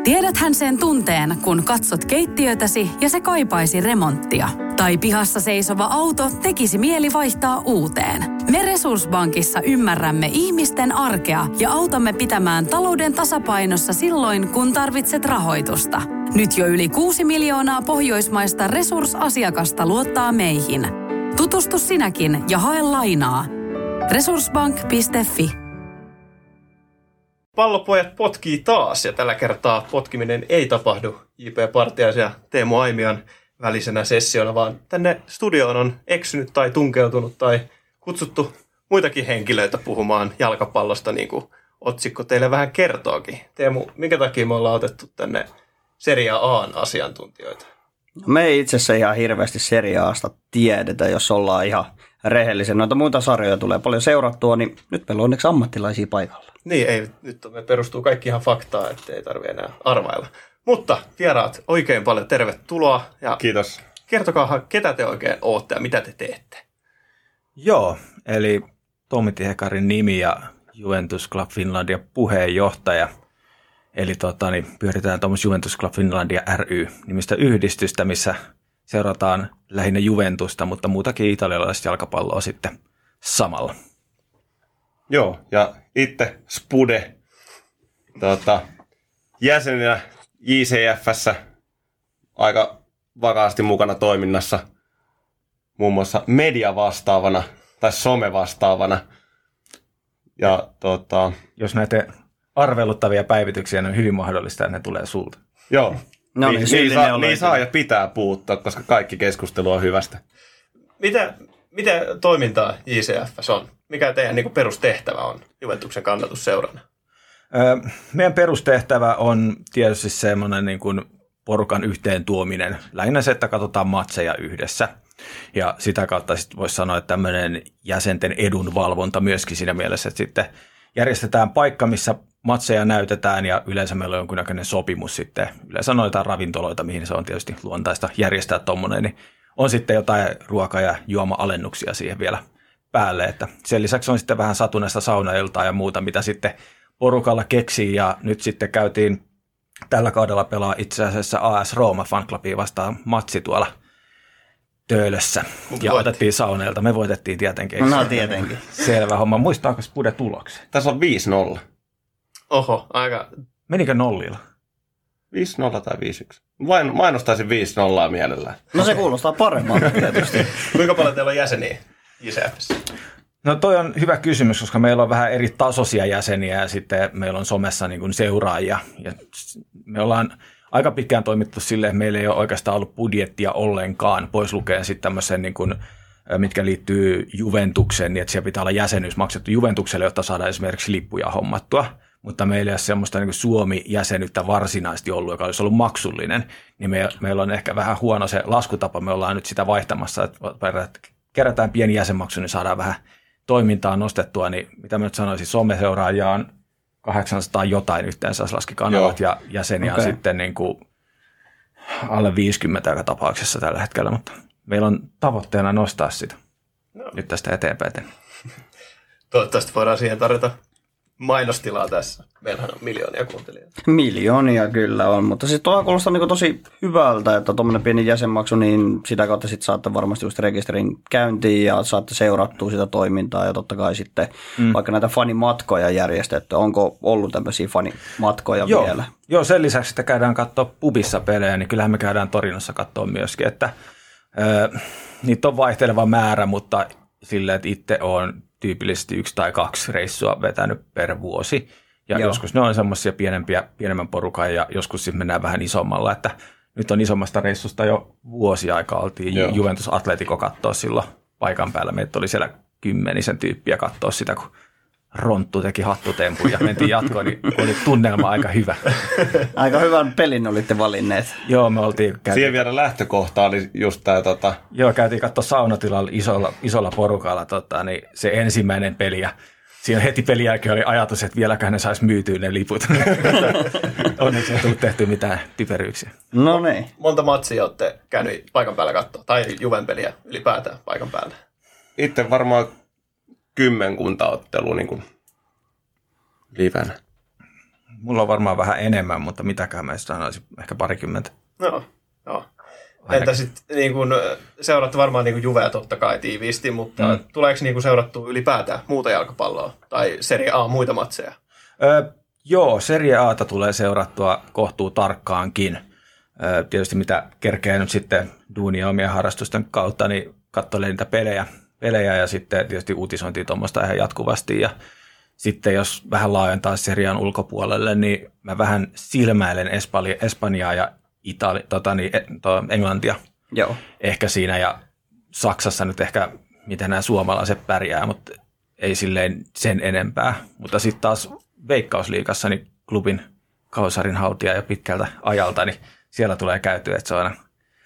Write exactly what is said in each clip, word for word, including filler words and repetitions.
Tiedäthän sen tunteen, kun katsot keittiötäsi ja se kaipaisi remonttia. Tai pihassa seisova auto tekisi mieli vaihtaa uuteen. Me Resurssbankissa ymmärrämme ihmisten arkea ja autamme pitämään talouden tasapainossa silloin, kun tarvitset rahoitusta. Nyt jo yli kuusi miljoonaa pohjoismaista resursasiakasta luottaa meihin. Tutustu sinäkin ja hae lainaa. resurssbank piste fi. Pallopojat potkii taas ja tällä kertaa potkiminen ei tapahdu J P Partiaisen ja Teemu Aimian välisenä sessiona, vaan tänne studioon on eksynyt tai tunkeutunut tai kutsuttu muitakin henkilöitä puhumaan jalkapallosta, niin kuin otsikko teille vähän kertookin. Teemu, minkä takia me ollaan otettu tänne Serie A:n asiantuntijoita? Me ei itse asiassa ihan hirveästi Serie A:sta tiedetä, jos ollaan ihan rehellisen. Noita muita sarjoja tulee paljon seurattua, niin nyt meillä on onneksi ammattilaisia paikalla. Niin, ei, nyt me perustuu kaikki ihan faktaa, ettei tarvitse enää arvailla. Mutta vieraat, oikein paljon tervetuloa. Ja kiitos. Kertokaa, ketä te oikein ootte ja mitä te teette? Joo, eli Tommi Tihekarin nimi ja Juventus Club Finlandia puheenjohtaja. Eli tota, niin pyöritään tuommoista Juventus Club Finlandia ry-nimistä yhdistystä, missä seurataan lähinnä Juventusta, mutta muutakin italialaista jalkapalloa sitten samalla. Joo, ja itse Spude tota, jäsenenä J C F:ssä aika vakaasti mukana toiminnassa, muun muassa mediavastaavana tai somevastaavana. Ja, tota, jos näitä arveluttavia päivityksiä, niin on hyvin mahdollista, että ne tulee sulta. Joo, no, niin, niin, niin, saa, niin saa ja pitää puuttua, koska kaikki keskustelu on hyvästä. Mitä, mitä toimintaa J C F on? Mikä teidän niin kuin perustehtävä on Juventuksen kannatusseurana? Öö, meidän perustehtävä on tietysti semmoinen niin kuin porukan yhteen tuominen. Lähinnä se, että katsotaan matseja yhdessä. Ja sitä kautta sitten voisi sanoa, että tämmöinen jäsenten edunvalvonta myöskin siinä mielessä, että sitten järjestetään paikka, missä matseja näytetään ja yleensä meillä on jonkunnäköinen sopimus sitten. Yleensä noita ravintoloita, mihin se on tietysti luontaista järjestää tuommoinen, niin on sitten jotain ruoka- ja juoma-alennuksia siihen vielä päälle. Että sen lisäksi on sitten vähän satunnaista saunailtaa ja muuta, mitä sitten porukalla keksii. Ja nyt sitten käytiin tällä kaudella pelaa itse asiassa A S Rooma fanclubia vastaan matsi tuolla Töölössä. Ja voitti. Otettiin sauneilta. Me voitettiin tietenkin. No tietenkin. Selvä homma. Muistaako Spude tuloksen? Tässä on viisi nolla. Oho, aika... Menikö nollilla? viisi nolla tai viisi yksi. Vain mainostaisin viisi nolla mielellään. No se kuulostaa paremmalta tietysti. Kuinka paljon teillä on jäseniä J C F:ssä? No toi on hyvä kysymys, koska meillä on vähän eri tasoisia jäseniä ja sitten meillä on somessa niin kuin seuraajia. Ja me ollaan aika pitkään toimittu silleen, että meillä ei ole oikeastaan ollut budjettia ollenkaan, pois lukeen sitten tämmöisen, niin kuin, mitkä liittyy Juventukseen, niin että siellä pitää olla jäsenyys maksettu Juventukselle, jotta saadaan esimerkiksi lippuja hommattua. Mutta meillä ei ole semmoista niin kuin Suomi-jäsenyyttä varsinaisesti ollut, joka olisi ollut maksullinen, niin me, meillä on ehkä vähän huono se laskutapa. Me ollaan nyt sitä vaihtamassa, että kerätään pieni jäsenmaksu, niin saadaan vähän toimintaa nostettua. Niin mitä mä nyt sanoisin, someseuraajia on kahdeksansataa jotain yhteensä, laski kanavat ja jäseniä okay. sitten niin kuin alle viisikymmentä joka tapauksessa tällä hetkellä, mutta meillä on tavoitteena nostaa sitä no. nyt tästä eteenpäin. Toivottavasti voidaan siihen tarjota mainostilaa tässä. Meillähän on miljoonia kuuntelijoita. Miljoonia kyllä on, mutta siis tuolla kuulostaa niin tosi hyvältä, että tuommoinen pieni jäsenmaksu, niin sitä kautta sitten saatte varmasti just rekisterin käyntiin ja saatte seurattua sitä toimintaa ja totta kai sitten mm. vaikka näitä fanimatkoja järjestetty. Onko ollut tämmöisiä fanimatkoja Joo. vielä? Joo, sen lisäksi, että käydään katsoa pubissa pelejä, niin kyllähän me käydään Torinossa katsoa myöskin, että ö, niitä on vaihteleva määrä, mutta silleen, että itse on tyypillisesti yksi tai kaksi reissua vetänyt per vuosi. Ja Joo. joskus ne on semmoisia pienempiä, pienemmän porukan ja joskus sitten mennään vähän isommalla. Että nyt on isommasta reissusta jo vuosi aikaa. Oltiin Joo. Juventus Atletico katsoa silloin paikan päällä. Meitä oli siellä kymmenisen tyyppiä katsoa sitä, kun Ronttu teki hattutempun ja mentiin jatkoon, niin oli tunnelma aika hyvä. Aika hyvän pelin olitte valinneet. Joo, me oltiin... Käytiin... Siihen vielä lähtökohta oli just tämä... Tota... Joo, käytiin katsoa saunatilalla isolla, isolla porukalla tota, niin se ensimmäinen peli ja siinä heti pelin jälkeen oli ajatus, että vieläkään ne saisi myytyä ne liput. Onneksi ei tullut tehty mitään typeryyksiä. No niin. Monta matsia olette käynyt paikan päällä katsoa, tai Juven peliä ylipäätään paikan päällä? Itse varmaan kymmenkunta ottelua niin kuin livenä. mulla on varmaan vähän enemmän, mutta mitäkään mä sanoisin, ehkä parikymmentä. No, joo. Entä sitten niin kun, seuraatte varmaan niin kun Juvea totta kai tiiviisti, mutta mm. tuleeko niin kun seurattua ylipäätään muuta jalkapalloa tai Serie A muita matseja? Öö, joo, Serie A:ta tulee seurattua kohtuu tarkkaankin. Öö, tietysti mitä kerkee nyt sitten duunia omien harrastusten kautta, niin katsoilee niitä pelejä, pelejä ja sitten tietysti uutisointia tuommoista ihan jatkuvasti. Ja sitten jos vähän laajentaa Serian ulkopuolelle, niin mä vähän silmäilen Espanja, Espanjaa ja Itali, tota, niin, to, Englantia. Joo. Ehkä siinä ja Saksassa nyt ehkä miten nämä suomalaiset pärjää, mutta ei silleen sen enempää. Mutta sitten taas Veikkausliigassa niin klubin kausarin haltija jo pitkältä ajalta, niin siellä tulee käytyä, että se on aina,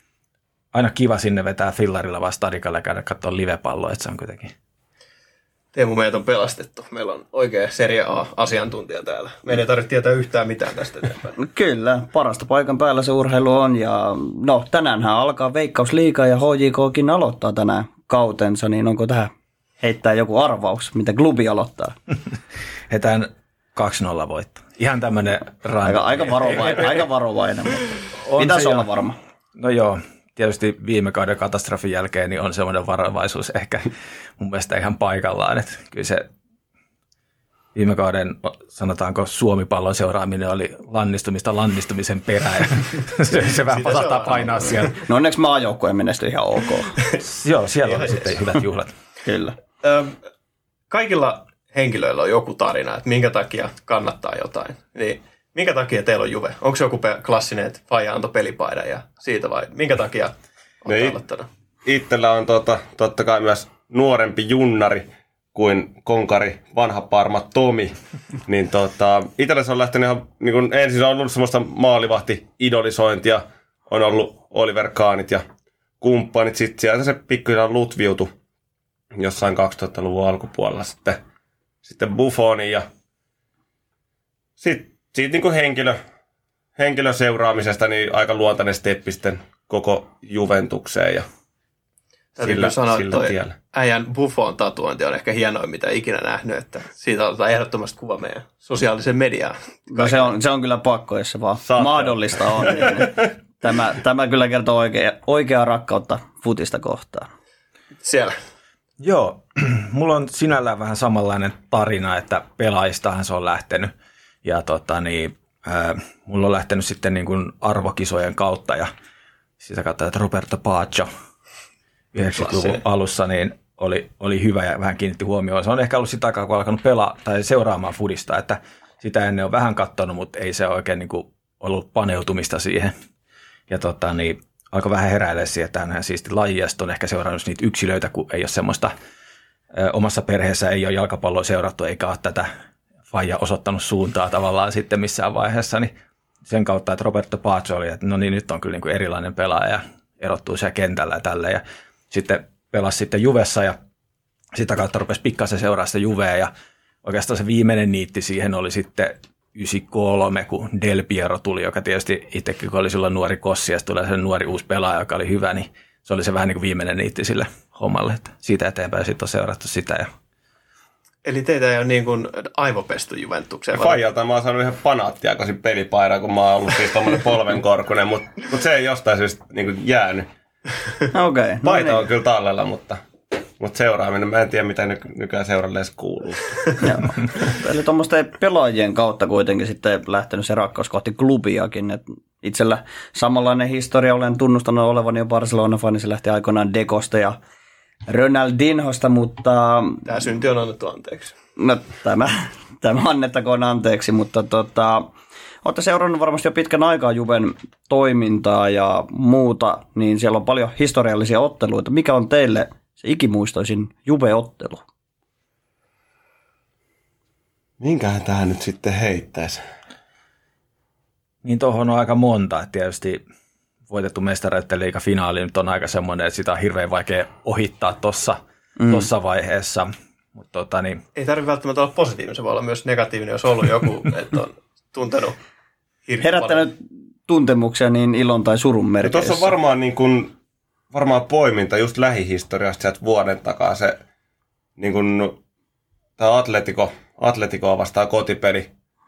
aina kiva sinne vetää fillarilla vaan stadikalle ja käydä katsoa livepalloa, että se on kuitenkin. Teemu, meitä on pelastettu. Meillä on oikea Serie A-asiantuntija täällä. Meidän ei tarvitse tietää yhtään mitään tästä eteenpäin. Kyllä, parasta paikan päällä se urheilu on. Ja no, tänäänhän alkaa Veikkausliiga ja H J K:kin aloittaa tänään kautensa, niin onko tähän heittää joku arvaus, mitä klubi aloittaa? Heitään kaksi nolla voitto. Ihan tämmöinen aika, aika varovainen, aika varovainen, mutta pitäisi olla varma. No joo. Tietysti viime kauden katastrofin jälkeen niin on semmoinen varovaisuus ehkä mun mielestä ihan paikallaan. Että kyllä se viime kauden, sanotaanko, Suomi-pallon seuraaminen oli lannistumista lannistumisen perään. se, se vähän saattaa painaa siellä. No onneksi maajoukkojen menestyi ihan ok. Joo, siellä oli sitten hyvät juhlat. Kyllä. Ö, kaikilla henkilöillä on joku tarina, että minkä takia kannattaa jotain. Niin minkä takia teillä on Juve? Onko se joku klassinen, että faija antoi pelipaidan ja siitä vai minkä takia olette aloittanut? Itsellä on tota, totta kai myös nuorempi junnari kuin konkari vanha parma Tomi. niin tota, itsellä se on lähtenyt ihan, niin kun ensin on ollut semmoista maalivahti-idolisointia. On ollut Oliver Kahnit ja kumppanit. Sitten sieltä se pikkuhiljaa lutviutui jossain kaksituhattaluvun alkupuolella sitten, sitten Buffoni ja sitten siitä niin kuin henkilö, henkilöseuraamisesta niin aika luontainen steppi sitten koko Juventukseen ja sillä, sanoa, sillä tiellä. Äijän Buffon tatuointi on ehkä hienoin, mitä ikinä nähnyt, että siitä otetaan ehdottomasti kuva meidän sosiaalisen mediaan. No se on, se on kyllä pakko, jos se vaan Saatte. mahdollista on. Niin, tämä, tämä kyllä kertoo oikea, oikeaa rakkautta futista kohtaan. Siellä. Joo, mulla on sinällään vähän samanlainen tarina, että pelaajistahan se on lähtenyt. Ja tota niin, äh, mulla on lähtenyt sitten niin kuin arvokisojen kautta ja sitä kautta, että Roberto Baggio yhdeksänkymmentäluvun alussa niin oli, oli hyvä ja vähän kiinnitti huomioon. Se on ehkä ollut sitä aikaa, kun on alkanut pelaa tai seuraamaan fudista, että sitä ennen on vähän katsonut, mutta ei se oikein niin kuin ollut paneutumista siihen. Ja tota niin, alkoi vähän heräillä siihen, että hän siisti laji ja on ehkä seurannut niitä yksilöitä, kun ei ole semmoista, ö, omassa perheessä ei ole jalkapalloa seurattu eikä ole tätä faija osoittanut suuntaa tavallaan sitten missään vaiheessa, niin sen kautta, että Roberto Baggio oli, että no niin, nyt on kyllä niin kuin erilainen pelaaja ja erottuu siellä kentällä ja tälleen. Ja sitten pelasi sitten Juvessa ja sitä kautta rupesi pikkasen seuraa sitä Juvea ja oikeastaan se viimeinen niitti siihen oli sitten yhdeksänkymmentäkolme, kun Del Piero tuli, joka tietysti itsekin, kun oli silloin nuori kossi ja tulee se nuori uusi pelaaja, joka oli hyvä, niin se oli se vähän niin kuin viimeinen niitti sille hommalle, että siitä eteenpäin sitten on seurattu sitä ja eli teitä ei ole niin kuin aivopestu Juventukseen. Fajalta mä oon saanut ihan panaattiakoisin pelipaidan, kun mä oon ollut siis tommoinen polvenkorkunen, mutta mut se ei jostain syystä niin kuin jäänyt. Okay, no Paita niin. on kyllä tallella, mutta, mutta seuraaminen, mä en tiedä mitä nyky- nykyään seuralle edes kuuluu. Eli tuommoisten pelaajien kautta kuitenkin sitten lähtenyt se rakkaus kohti klubiakin. Et itsellä samanlainen historia olen tunnustanut olevani jo Barcelona-fani, se lähti aikoinaan Decosta ja Ronaldinhosta, mutta tämä synti on annettu anteeksi. No tämä, tämä annettakoon anteeksi, mutta tota, olette seurannut varmasti jo pitkän aikaa Juven toimintaa ja muuta, niin siellä on paljon historiallisia otteluita. Mikä on teille se ikimuistoisin Juve-ottelu? Minkähän tähän nyt sitten heittäisi? Niin tuohon on aika monta, että tietysti voitettu mestareiden liiga finaali nyt on aika semmoinen, että sitä on hirveän vaikea ohittaa tuossa mm. vaiheessa. Mut tota, niin ei tarvitse välttämättä olla positiivinen, se voi olla myös negatiivinen, jos on ollut joku, että on tuntenut herättänyt tuntemuksia niin ilon tai surun merkeissä. Tuossa on varmaan, niin kuin, varmaan poiminta just lähihistoriasta sieltä vuoden takaa se niin kuin, tämä Atletico, Atleticoa vastaan kotipeli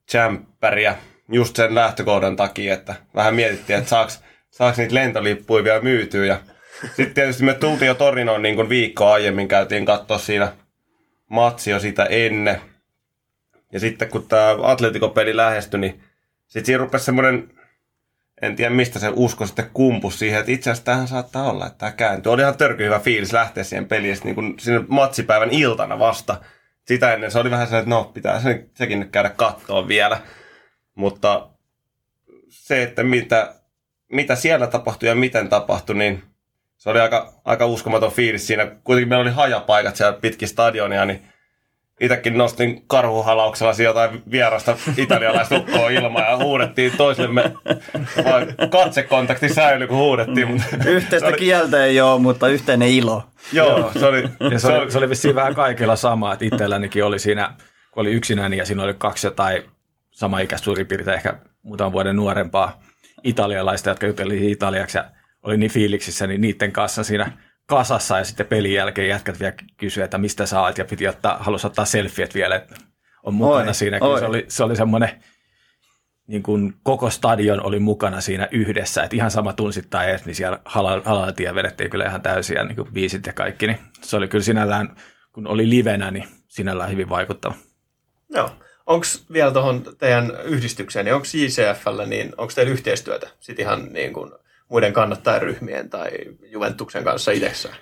tsemppäriä just sen lähtökohdan takia, että vähän mietittiin, että saaks, saaks niitä lentolippuja vielä myytyä. Ja sitten tietysti me tultiin jo Torinoon niin kuin viikkoa aiemmin, käytiin katsoa siinä matsi jo sitä ennen. Ja sitten kun tämä Atletico-peli lähestyi, niin sitten siinä rupesi semmoinen, en tiedä mistä se usko sitten kumpus siihen, että itse asiassa tämähän saattaa olla, että tämä kääntyy. Oli ihan törky hyvä fiilis lähteä siihen peliin niin kuin sinne matsipäivän iltana vasta. Sitä ennen se oli vähän se, että no pitää se, sekin nyt käydä kattoon vielä. Mutta se, että mitä, mitä siellä tapahtui ja miten tapahtui, niin se oli aika, aika uskomaton fiilis siinä. Kuitenkin meillä oli hajapaikat siellä pitkin stadionia, niin itsekin nostin karhuhalauksella jotain vierasta italialaista ukkoa ilmaa ja huudettiin toisillemme. Katsekontakti säilyi, kun huudettiin. Mutta yhteistä oli... kieltä ei ole, mutta yhteinen ilo. Joo, se oli... Ja se, oli, se oli vissiin vähän kaikilla sama, että itsellänikin oli siinä, kun oli yksinäni ja siinä oli kaksi jotain sama ikäistä suurin piirtein ehkä muutaman vuoden nuorempaa italialaista, jotka jutelivat italiaksi ja oli niin fiiliksissä, niin niiden kanssa siinä kasassa ja sitten pelin jälkeen jätkät vielä kysyivät, että mistä sä oot ja piti ottaa, halusi ottaa selfiet vielä, että on mukana oi, siinä. Se oli, se oli semmoinen, niin kuin koko stadion oli mukana siinä yhdessä, että ihan sama tunsit tai edes, niin siellä halaltia vedettiin kyllä ihan täysiä niin kuin biisit ja kaikki, niin se oli kyllä sinällään, kun oli livenä, niin sinällään hyvin vaikuttava. Joo. Onko vielä tuohon teidän yhdistykseen, niin onko J C F:llä, niin onko teillä yhteistyötä sitten ihan niin kuin muiden kannattajaryhmien tai Juventuksen kanssa itsessään?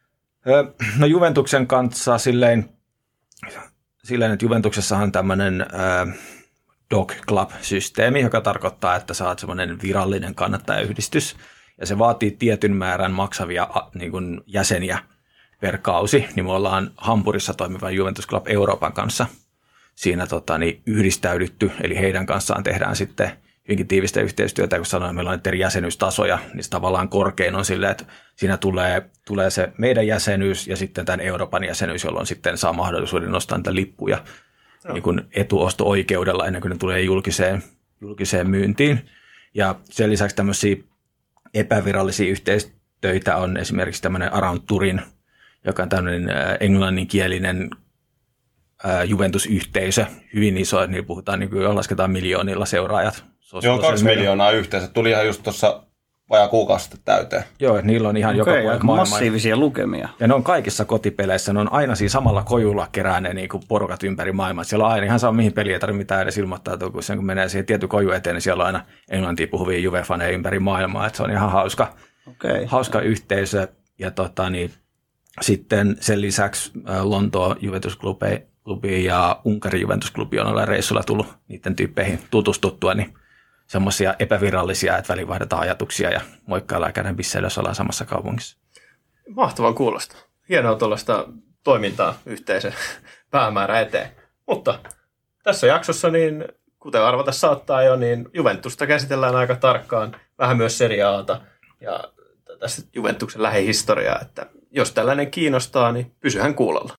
No Juventuksen kanssa silleen, silleen että Juventuksessahan on tämmöinen äh, Dog Club-systeemi, joka tarkoittaa, että sä oot semmoinen virallinen kannattajayhdistys, ja se vaatii tietyn määrän maksavia niin kuin jäseniä per kausi, niin me ollaan Hampurissa toimivan Juventus Club Euroopan kanssa siinä tota, niin yhdistäydytty, eli heidän kanssaan tehdään sitten hyvinkin tiivistä yhteistyötä, kun sanoin, että meillä on eri jäsenyystasoja, niin tavallaan korkein on silleen, että siinä tulee, tulee se meidän jäsenyys ja sitten tämän Euroopan jäsenyys, jolloin sitten saa mahdollisuuden nostaa niitä lippuja no. niin kuin etuosto-oikeudella ennen kuin ne tulee julkiseen, julkiseen myyntiin. Ja sen lisäksi tämmöisiä epävirallisia yhteistyötä on esimerkiksi tämmöinen Around Turin, joka on tämmöinen englanninkielinen Juventus-yhteisö, hyvin iso, että niillä puhutaan, niin kuin lasketaan miljoonilla seuraajat. Joo, kaksi miljoonaa yhteensä. Tuli ihan just tuossa vajaa kuukausi sitten täyteen. Joo, että niillä on ihan okay, joka puolella maailmaa. Massiivisia lukemia. Ja ne on kaikissa kotipeleissä, ne on aina siinä samalla kojulla kerää ne niin kuin porukat ympäri maailmaa. Siellä on aina ihan sama, mihin peliä ei tarvitse mitään edes ilmoittautua, kun sen kun menee siihen tietty koju eteen, niin siellä on aina englantia puhuvia Juve-faneja ympäri maailmaa. Että se on ihan hauska, okay. hauska yhteisö. Ja tota, niin, sitten sen lisäksi Lontoon Juventus-klubi ja Unkarin Juventus-klubi on olla reissulla tullut niiden tyyppeihin tutustuttua, niin semmoisia epävirallisia, että väliin vaihdetaan ajatuksia ja moikkaillaan ja käydään bisseillä, jos ollaan samassa kaupungissa. Mahtavan kuulosta. Hienoa tuollaista toimintaa yhteisen päämäärä eteen. Mutta tässä jaksossa, niin kuten arvata saattaa jo, niin Juventusta käsitellään aika tarkkaan, vähän myös Serie A:ta ja tästä Juventuksen lähihistoriaa, että jos tällainen kiinnostaa, niin pysyhän kuulolla.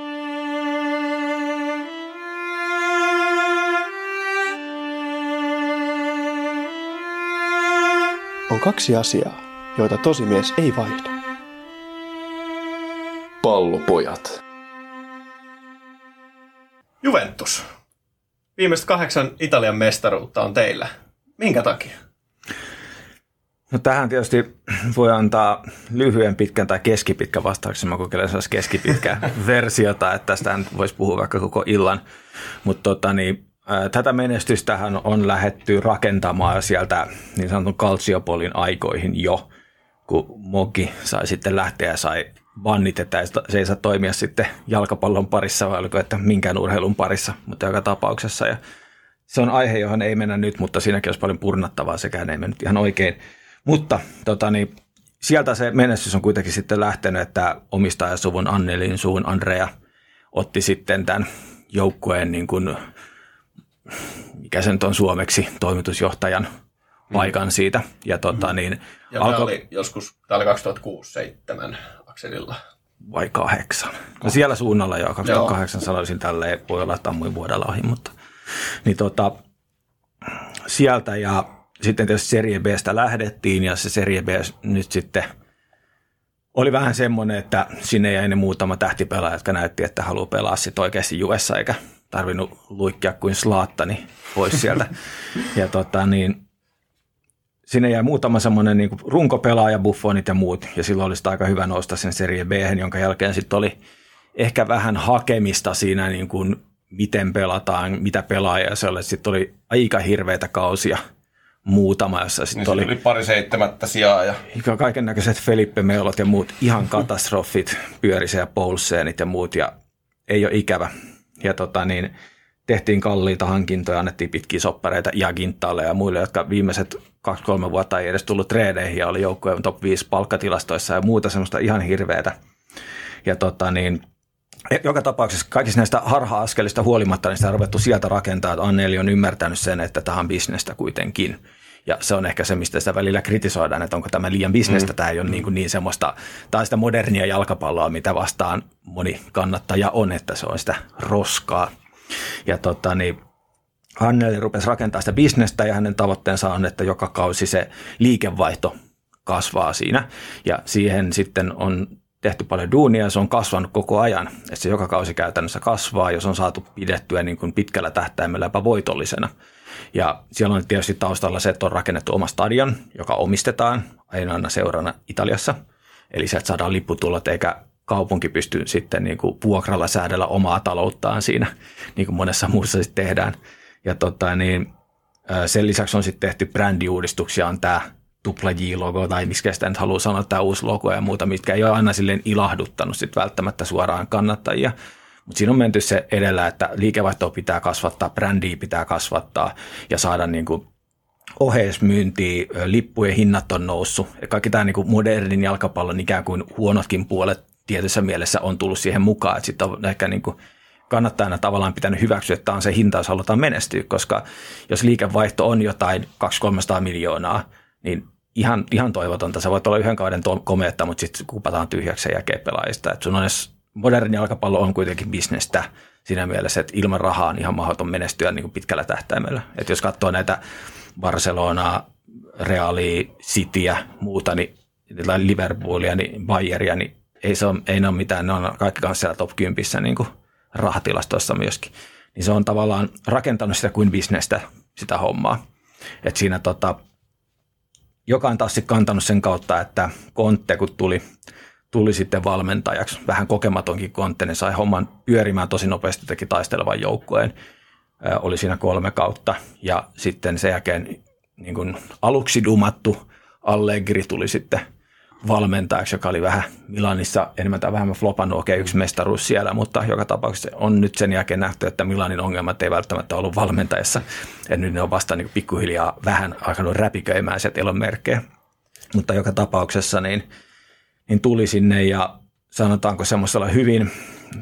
On kaksi asiaa, joita tosimies ei vaihda. Pallopojat. Juventus. Viimeiset kahdeksan Italian mestaruutta on teillä. Minkä takia? No tähän tietysti voi antaa lyhyen, pitkän tai keskipitkän vastauksen. Mä kokeilen sellaista keskipitkää versiota, että tästä voisi puhua vaikka koko illan. Mutta tota, niin, tätä menestystähän on lähdetty rakentamaan sieltä niin sanotun Calciopolin aikoihin jo, kun Moggi sai sitten lähteä ja sai bannit, että se ei saa toimia sitten jalkapallon parissa, vai oliko, että minkään urheilun parissa, mutta joka tapauksessa. Ja se on aihe, johon ei mennä nyt, mutta siinäkin olisi paljon purnattavaa, sekään ei mennyt ihan oikein. Mutta tota, niin, sieltä se menestys on kuitenkin sitten lähtenyt, että omistajasuvun Annelin suvun Andrea otti sitten tämän joukkueen, niin kuin, mikä se nyt on suomeksi, toimitusjohtajan paikan siitä. Ja, tota, niin, ja alko... tämä oli joskus, tämä oli kaksituhattakuusi seitsemän akselilla. Vai kahdeksan. No siellä suunnalla jo, kaksituhattakahdeksan sanoisin tälleen, voi olla, että ammuin vuodella ohi, mutta niin, tota, sieltä ja sitten tietysti Serie B:stä lähdettiin ja se Serie B nyt sitten oli vähän semmoinen, että sinne jäi ne muutama tähtipelaaja, jotka näytti, että haluaa pelaa sitten oikeasti Juvessa eikä tarvinnut luikkia kuin slaattani pois sieltä. Ja tota niin, sinne jäi muutama semmoinen niin kuin runkopelaaja, Buffonit ja muut, ja silloin oli aika hyvä nousta sen Serie B:hen, jonka jälkeen sitten oli ehkä vähän hakemista siinä, niin kuin, miten pelataan, mitä pelaajia se oli. Sitten oli aika hirveitä kausia muutama, jossa sitten niin oli, oli pari seitsemättä sijaa. Ja kaiken näköiset Felipe Melot ja muut ihan katastrofit, Pyöriseen ja Poulsenit ja muut, ja ei ole ikävä. Ja tota niin, tehtiin kalliita hankintoja, annettiin pitkiä soppareita ja Gintalle ja muille, jotka viimeiset kaksi kolme vuotta ei edes tullut treeneihin ja oli joukkueen top viisi palkkatilastoissa ja muuta semmoista ihan hirveätä. Ja tota niin, joka tapauksessa kaikista näistä harha-askelista huolimatta, niin sitä on ruvettu sieltä rakentaa, että Anneli on ymmärtänyt sen, että tämä on bisnestä kuitenkin. Ja se on ehkä se, mistä sitä välillä kritisoidaan, että onko tämä liian bisnestä. Mm. Tämä ei ole niin, niin semmoista, tämä on sitä modernia jalkapalloa, mitä vastaan moni kannattaja on, että se on sitä roskaa. Ja tota niin, Anneli rupesi rakentamaan sitä bisnestä ja hänen tavoitteensa on, että joka kausi se liikevaihto kasvaa siinä. Ja siihen sitten on tehty paljon duunia ja se on kasvanut koko ajan. Että se joka kausi käytännössä kasvaa, jos on saatu pidettyä niin kuin pitkällä tähtäimellä jopa voitollisena. Ja siellä on tietysti taustalla se, että on rakennettu oma stadion, joka omistetaan ainoana seurana Italiassa. Eli sieltä saadaan lipputulot eikä kaupunki pysty sitten niin kuin vuokralla säädellä omaa talouttaan siinä, niin kuin monessa muussa sitten tehdään. Ja tota, niin, sen lisäksi on sitten tehty brändiuudistuksia, on tämä tupla J-logo, tai miksi sitä nyt haluaa sanoa, tämä uusi logo ja muuta, mitkä ei ole aina silleen ilahduttanut sitten välttämättä suoraan kannattajia. Mutta siinä on menty se edellä, että liikevaihtoa pitää kasvattaa, brändiä pitää kasvattaa ja saada niin kuin oheismyyntiä, lippujen hinnat on noussut. Ja kaikki tämä niin kuin modernin jalkapallon ikään kuin huonotkin puolet tietyssä mielessä on tullut siihen mukaan, että sitten on ehkä niin kuin kannattajana tavallaan pitänyt hyväksyä, että tämä on se hinta, jos halutaan menestyä, koska jos liikevaihto on jotain kaksisataa kolmesataa miljoonaa, niin ihan, ihan toivotonta. Se voi olla yhden kauden komeetta, mutta sitten kupataan tyhjäksi sen jälkeen pelaajista. Et sun on edes, moderni jalkapallo on kuitenkin bisnestä siinä mielessä, että ilman rahaa on ihan mahdoton menestyä niin kuin pitkällä tähtäimellä. Et jos katsoo näitä Barcelonaa, Realia, Cityä, muuta, niin Liverpoolia, niin Bayeria, niin ei, se ole, ei ne ole mitään. Ne on kaikki kanssa siellä top kympissä niin kuin rahatilastoissa myöskin. Niin se on tavallaan rakentanut sitä kuin bisnestä, sitä hommaa. Et siinä tota, joka on taas kantanut sen kautta, että Conte, kun tuli, tuli sitten valmentajaksi, vähän kokematonkin Conte, niin sai homman pyörimään tosi nopeasti, teki taistelevan joukkueen. Ö, oli siinä kolme kautta ja sitten sen jälkeen niin kuin aluksi dumattu Allegri tuli sitten valmentajaksi, joka oli vähän Milanissa enemmän tai vähemmän flopannut, okei, yksi mestaruus siellä, mutta joka tapauksessa on nyt sen jälkeen nähty, että Milanin ongelmat ei välttämättä ollut valmentajassa. Ja nyt ne on vasta niin pikkuhiljaa vähän alkanut räpiköimään sieltä elon merkkejä. Mutta joka tapauksessa niin, niin tuli sinne ja sanotaanko semmoisella hyvin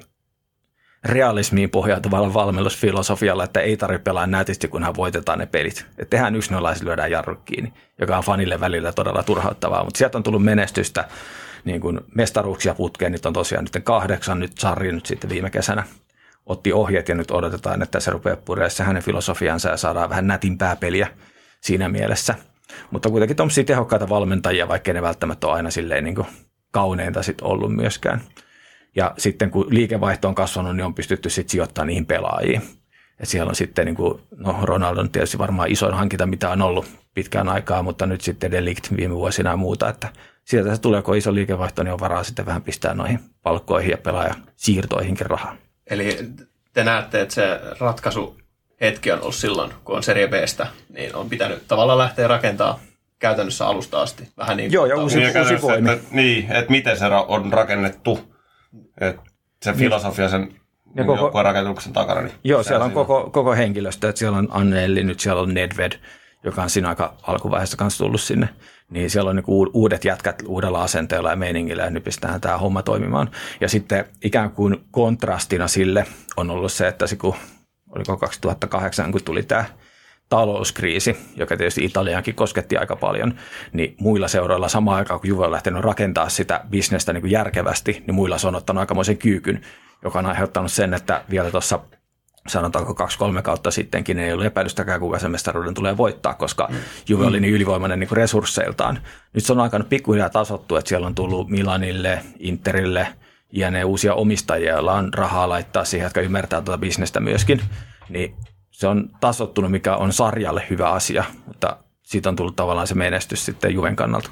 realismiin pohjautuvalla valmennusfilosofialla, että ei tarvitse pelaa nätisti, kunhan voitetaan ne pelit. Että tehdään yksi nolla ja lyödään jarrut kiinni, joka on fanille välillä todella turhauttavaa. Mutta sieltä on tullut menestystä, niin kuin mestaruuksia putkeen, nyt on tosiaan nyt kahdeksan, nyt Sarri nyt sitten viime kesänä otti ohjeet ja nyt odotetaan, että se rupeaa pureessa hänen filosofiansa ja saadaan vähän nätimpää peliä siinä mielessä. Mutta kuitenkin tuollaisia tehokkaita valmentajia, vaikkei ne välttämättä ole aina silleen niin kuin kauneinta sit ollut myöskään. Ja sitten kun liikevaihto on kasvanut, niin on pystytty sitten sijoittamaan niihin pelaajiin. Et siellä on sitten, niin kuin, no Ronaldo on tietysti varmaan isoin hankinta, mitä on ollut pitkään aikaa, mutta nyt sitten Delict viime vuosina ja muuta, että sieltä se tulee, kun iso liikevaihto, niin on varaa sitten vähän pistää noihin palkkoihin ja pelaajasiirtoihinkin rahaa. Eli te näette, että se ratkaisuhetki on ollut silloin, kun on Serie B:stä, niin on pitänyt tavallaan lähteä rakentamaan käytännössä alusta asti. Vähän niin Joo, ja uusi, niin, uusi voimi. Että, niin, että miten se on rakennettu. Että se filosofia sen ja koko, joukkueen rakennuksen takana. Niin joo, siellä on koko, koko henkilöstö. Että siellä on Anneli, nyt siellä on Nedved, joka on siinä aika alkuvaiheessa kanssa tullut sinne. Niin siellä on niin uudet jätkät uudella asenteella ja meiningillä ja nyt pistetään tämä homma toimimaan. Ja sitten ikään kuin kontrastina sille on ollut se, että se kun, oliko kaksituhattakahdeksan, kun tuli tämä talouskriisi, joka tietysti Italiankin kosketti aika paljon, niin muilla seuroilla samaan aikaan, kun Juve on lähtenyt rakentaa sitä bisnestä niin kuin järkevästi, niin muilla se on ottanut aikamoisen kyykyn, joka on aiheuttanut sen, että vielä tuossa sanotaanko kaksi-kolme kautta sittenkin ei ollut epäilystäkään, kuka sen mestaruuden tulee voittaa, koska Juve oli niin ylivoimainen niin kuin resursseiltaan. Nyt se on alkanut pikkuhiljaa tasottua, että siellä on tullut Milanille, Interille, ja ne uusia omistajia, joilla on rahaa laittaa siihen, jotka ymmärtää tuota bisnestä myöskin, niin se on tasottunut, mikä on sarjalle hyvä asia, mutta siitä on tullut tavallaan se menestys sitten Juven kannalta.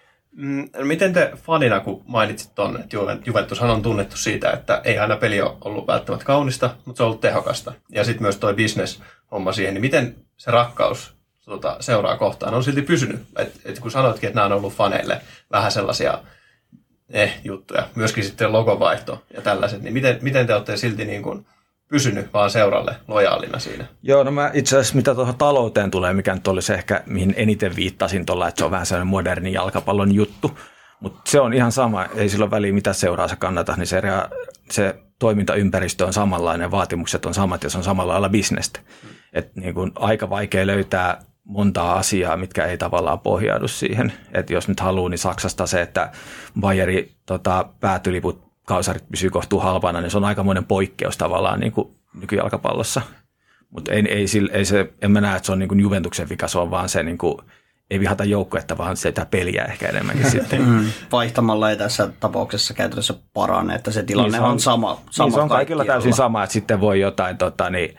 Miten te fanina, kun mainitsit tuonne, että Juventushan on tunnettu siitä, että ei aina peli ole ollut välttämättä kaunista, mutta se on ollut tehokasta. Ja sitten myös tuo business-homma siihen, niin miten se rakkaus tuota, seuraa kohtaan on silti pysynyt? Et, et kun sanoitkin, että nämä on ollut faneille vähän sellaisia eh, juttuja, myöskin sitten logovaihto ja tällaiset, niin miten, miten te olette silti niin kuin pysynyt vaan seuralle lojaalina siinä? Joo, no mä itse asiassa mitä tuohon talouteen tulee, mikä nyt olisi ehkä, mihin eniten viittasin tuolla, että se on vähän sellainen moderni jalkapallon juttu, mutta se on ihan sama, ei sillä ole väliä mitä seuraa sä kannata, niin se, se toimintaympäristö on samanlainen, vaatimukset on samat ja se on samalla lailla bisnestä. Mm. Että niin kun aika vaikea löytää montaa asiaa, mitkä ei tavallaan pohjaudu siihen, että jos nyt haluaa, niin Saksasta se, että Bayerin tota, päätyliput kausarit pysyy kohtuu halpana, niin se on aikamoinen poikkeus tavallaan niin kuin nykyjalkapallossa. Mutta ei, ei, ei se, en mä näe, että se on niin kuin Juventuksen vika, se on vaan se, niin kuin, ei vihata joukkuetta, vaan sitä peliä ehkä enemmänkin sitten. Mm, vaihtamalla ei tässä tapauksessa käytännössä parane, että se tilanne niin se on, on sama. sama niin se on kaikilla täysin sama, että sitten voi jotain tota, niin,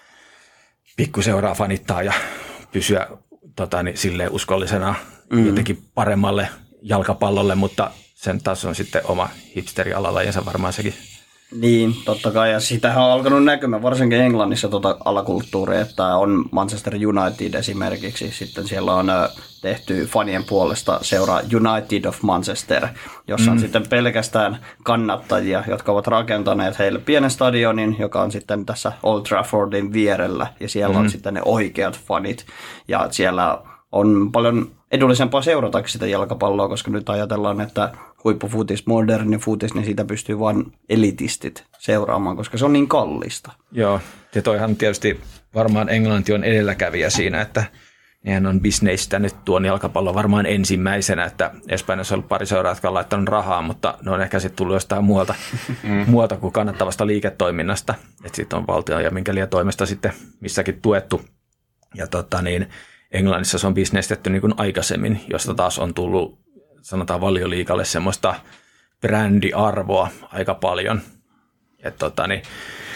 pikkuseuraa fanittaa ja pysyä tota, niin, silleen uskollisena mm. jotenkin paremmalle jalkapallolle, mutta sen taas on sitten oma hipsterialalajensa varmaan sekin. Niin, totta kai. Ja sitähän on alkanut näkymään, varsinkin Englannissa tota alakulttuuria, että on Manchester United esimerkiksi. Sitten siellä on tehty fanien puolesta seura United of Manchester, jossa on mm. sitten pelkästään kannattajia, jotka ovat rakentaneet heille pienen stadionin, joka on sitten tässä Old Traffordin vierellä. Ja siellä mm. on sitten ne oikeat fanit. Ja siellä on paljon edullisempaa seuratakin sitä jalkapalloa, koska nyt ajatellaan, että huippufutis, moderni futis, niin siitä pystyy vain elitistit seuraamaan, koska se on niin kallista. Joo, ja toihan tietysti varmaan Englanti on edelläkävijä siinä, että nehän on bisneistä nyt tuon jalkapallon varmaan ensimmäisenä, että Espanjassa on ollut pari seuraa, jotka on laittanut rahaa, mutta ne on ehkä sitten tullut jostain muualta, mm. muualta kuin kannattavasta liiketoiminnasta, että sitten on valtion ja minkä liian toimesta sitten missäkin tuettu. Ja tota niin, Englannissa se on bisnestetty niin kuin aikaisemmin, josta taas on tullut, sanotaan Valioliigalle semmoista brändiarvoa aika paljon. Et tota, niin,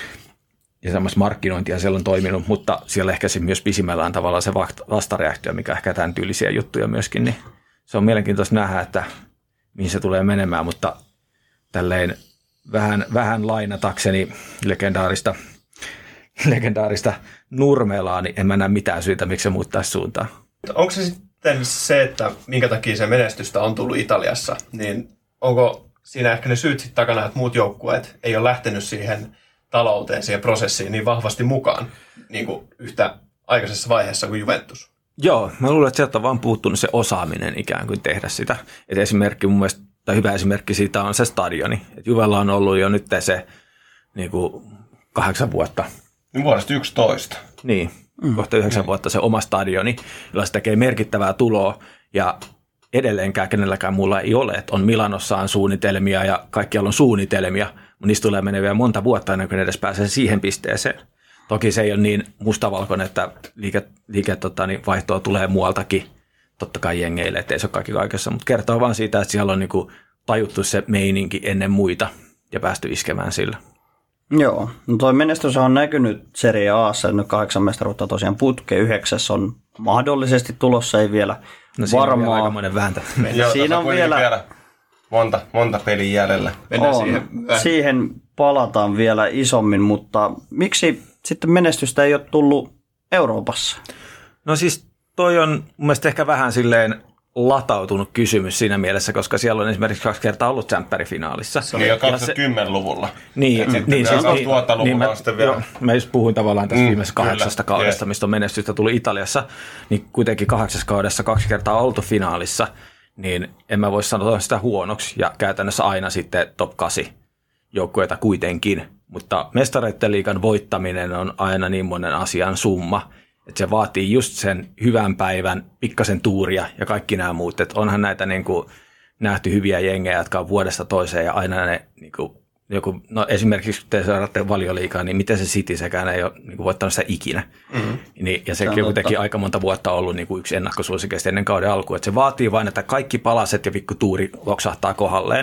ja semmoista markkinointia siellä on toiminut, mutta siellä ehkä se myös pisimmällään tavallaan se vastareaktio, mikä ehkä tämän tyylisiä juttuja myöskin, niin se on mielenkiintoista nähdä, että mihin se tulee menemään, mutta tälleen vähän, vähän lainatakseni legendaarista legendaarista Nurmelaa, niin en mä näe mitään syytä, miksi se muuttaisi suuntaan. Onko se sitten se, että minkä takia se menestystä on tullut Italiassa, niin onko siinä ehkä ne syyt sitten takana, että muut joukkueet ei ole lähtenyt siihen talouteen, siihen prosessiin niin vahvasti mukaan, niin kuin yhtä aikaisessa vaiheessa kuin Juventus? Joo, mä luulen, että sieltä on vaan puuttunut se osaaminen ikään kuin tehdä sitä. Et esimerkki mun mielestä, tai hyvä esimerkki siitä on se stadioni. Et Juvella on ollut jo nyt se niin kuin kahdeksan vuotta. Niin vuodesta yksitoista. Niin, mm. kohta yhdeksän mm. vuotta se oma stadioni, jolla se tekee merkittävää tuloa ja edelleenkään kenelläkään muulla ei ole. Että on Milanossa on suunnitelmia ja kaikkialla on suunnitelmia, mutta niistä tulee menee vielä monta vuotta ennen kuin edes pääsee siihen pisteeseen. Toki se ei ole niin mustavalkoinen, että liike, liike tota, niin vaihtoa tulee muualtakin totta kai jengeille, ettei se ole kaikki kaikessa, mutta kertoo vaan siitä, että siellä on niinku tajuttu se meininki ennen muita ja päästy iskemään sillä. Joo, no toi menestys on näkynyt Serie A:ssa, nyt kahdeksan mestaruutta tosiaan putke, yhdeksäs on mahdollisesti tulossa, ei vielä no, siinä varmaa. On vielä aikamoinen vääntö. Joo, siinä on vielä, vielä monta, monta peliä jäljellä. On, siihen. siihen palataan vielä isommin, mutta miksi sitten menestystä ei ole tullut Euroopassa? No siis toi on mun mielestä ehkä vähän silleen latautunut kysymys siinä mielessä, koska siellä on esimerkiksi kaksi kertaa ollut tsemppärifinaalissa. Se oli jo kaksituhattakymmenen-luvulla. Niin, sitten niin, siis, kaksituhattaluvulla niin, on sitten vielä. Jo, mä just puhuin tavallaan tästä mm, viimeisestä kahdeksasta kyllä, kaudesta, yeah. mistä on menestystä tullut Italiassa, niin kuitenkin kahdeksassa kaudessa kaksi kertaa oltu finaalissa, niin en mä voi sanoa sitä huonoksi, ja käytännössä aina sitten top kahdeksan joukkueita kuitenkin, mutta mestareiden liigan voittaminen on aina niin monen asian summa, että se vaatii just sen hyvän päivän, pikkasen tuuria ja kaikki nämä muut. Että onhan näitä niin kuin nähty hyviä jengejä, jotka on vuodesta toiseen ja aina ne, niin kuin, joku, no esimerkiksi kun te seuraatte Valioliigaa, niin miten se City sekään ei ole niin kuin voittanut sitä ikinä. Mm-hmm. Niin, ja sekin on kuitenkin aika monta vuotta ollut niin kuin yksi ennakkosuosikeista ennen kauden alkuun. Että se vaatii vain, että kaikki palaset ja pikku tuuri loksahtaa kohdalleen.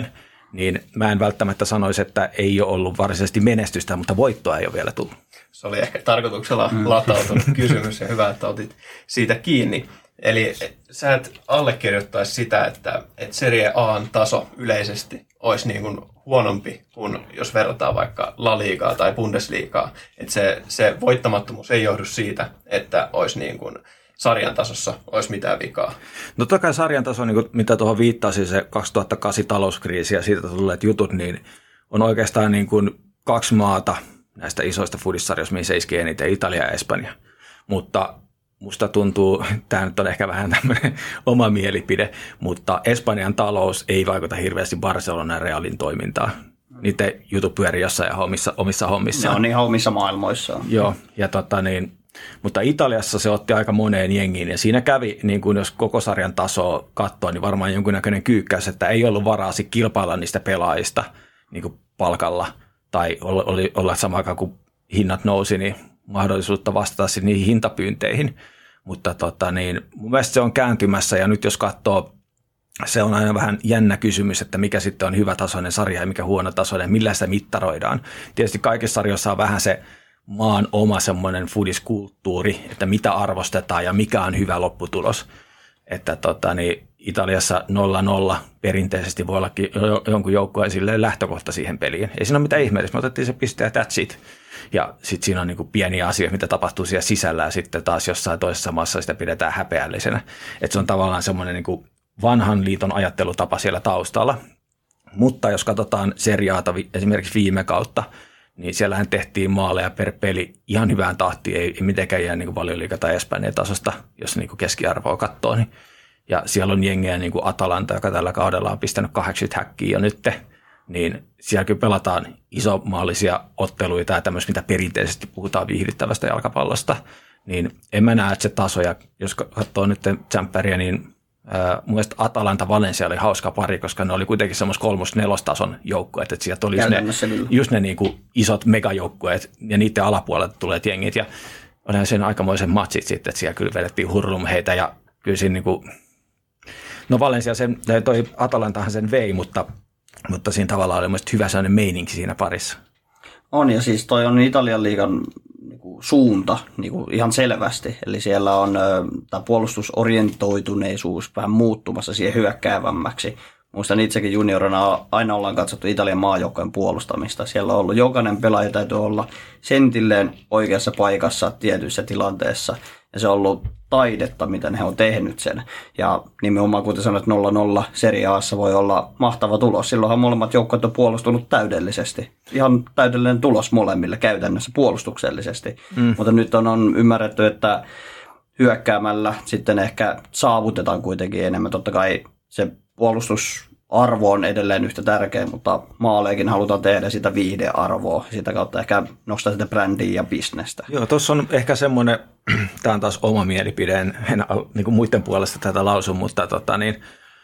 niin mä en välttämättä sanoisi, että ei ole ollut varsinaisesti menestystä, mutta voittoa ei ole vielä tullut. Se oli ehkä tarkoituksella mm. latautunut kysymys ja hyvä, että otit siitä kiinni. Eli sä et allekirjoittaisi sitä, että, että Serie A:n taso yleisesti olisi niin kuin huonompi kuin jos verrataan vaikka La Ligaa tai Bundesligaa. Että se, se voittamattomuus ei johdu siitä, että olisi niin kuin sarjan tasossa olisi mitään vikaa. No totta kai sarjan taso, niin kuin mitä tuohon viittasi, se kaksituhattakahdeksan talouskriisi ja siitä tulleet jutut, niin on oikeastaan niin kuin kaksi maata näistä isoista fudissarjoista, mihin se iski eniten, Italia ja Espanja. Mutta musta tuntuu, tämä nyt on ehkä vähän tämmöinen oma mielipide, mutta Espanjan talous ei vaikuta hirveästi Barcelonan ja Realin toimintaan. Niiden jutut pyörii jossain omissa, omissa hommissaan. Ne on niin omissa maailmoissaan. Joo, ja tota niin, mutta Italiassa se otti aika moneen jengiin, ja siinä kävi, niin kuin jos koko sarjan tasoa katsoo, niin varmaan jonkunnäköinen kyykkäys, että ei ollut varaa kilpailla niistä pelaajista niin kuin palkalla, tai oli, olla sama aikaan, kun hinnat nousi, niin mahdollisuutta vastata niihin hintapyynteihin, mutta tota, niin, mun mielestä se on kääntymässä, ja nyt jos katsoo, se on aina vähän jännä kysymys, että mikä sitten on hyvä tasoinen sarja ja mikä huono tasoinen, millä sitä mittaroidaan. Tietysti kaikissa sarjoissa on vähän se maan oma semmoinen foodiskulttuuri, että mitä arvostetaan ja mikä on hyvä lopputulos. Että tota, niin Italiassa nolla nolla perinteisesti voi ollakin jonkun joukkueen silleen lähtökohta siihen peliin. Ei siinä ole mitään ihmeellistä, me otettiin se piste ja that's it. Ja sitten siinä on niinku pieniä asioita, mitä tapahtuu siellä sisällä ja sitten taas jossain toisessa maassa sitä pidetään häpeällisenä. Että se on tavallaan semmoinen niinku vanhan liiton ajattelutapa siellä taustalla. Mutta jos katsotaan seriaata esimerkiksi viime kautta, niin siellähän tehtiin maaleja per peli ihan hyvään tahtiin, ei mitenkään jää niin Valioliiga tai Espanjan tasosta, jos niin keskiarvoa katsoo. Niin. Ja siellä on jengejä niin kuin Atalanta, joka tällä kaudella on pistänyt kahdeksankymmentä häkkiä jo nyt, niin siellä kyllä pelataan isomaallisia otteluita ja tämmöistä, mitä perinteisesti puhutaan viihdyttävästä jalkapallosta. Niin en mä näe, että se taso, ja jos katsoo nyt tsemppäriä, niin Mun mielestä Atalanta Valencia oli hauska pari, koska ne oli kuitenkin semmoista kolmos-nelostason joukkueet, että sieltä oli just ne, just ne niin kuin isot megajoukkueet ja niiden alapuolelta tulee jengit ja olihan sen aikamoisen matsit sitten, että siellä kyllä vedettiin hurlumheitä ja kyllä siinä niin kuin, no Valencia sen, toi Atalantahan sen vei, mutta, mutta siinä tavallaan oli mielestäni hyvä sellainen meininki siinä parissa. On ja siis toi on Italian liigan niinku suunta niinku ihan selvästi. Eli siellä on tämä puolustusorientoituneisuus vähän muuttumassa siihen hyökkäävämmäksi. Muistan itsekin juniorina aina ollaan katsottu Italian maajoukkojen puolustamista. Siellä on ollut jokainen pelaaja täytyy olla sentilleen oikeassa paikassa tietyissä tilanteessa. Ja se on ollut taidetta, miten he on tehnyt sen. Ja nimenomaan kuten sanoit, nolla nolla Serie A:ssa voi olla mahtava tulos. Silloinhan molemmat joukkueet on puolustunut täydellisesti. Ihan täydellinen tulos molemmille käytännössä puolustuksellisesti. Mm. Mutta nyt on, on ymmärretty, että hyökkäämällä sitten ehkä saavutetaan kuitenkin enemmän. Totta kai se puolustusarvo on edelleen yhtä tärkeä, mutta maaleekin halutaan tehdä sitä viihdearvoa. Sitä kautta ehkä nostaa sitä brändiä ja bisnestä. Joo, tuossa on ehkä semmoinen, tämä on taas oma mielipide, en, en niin kuin muiden puolesta tätä lausu, mutta tota, niin,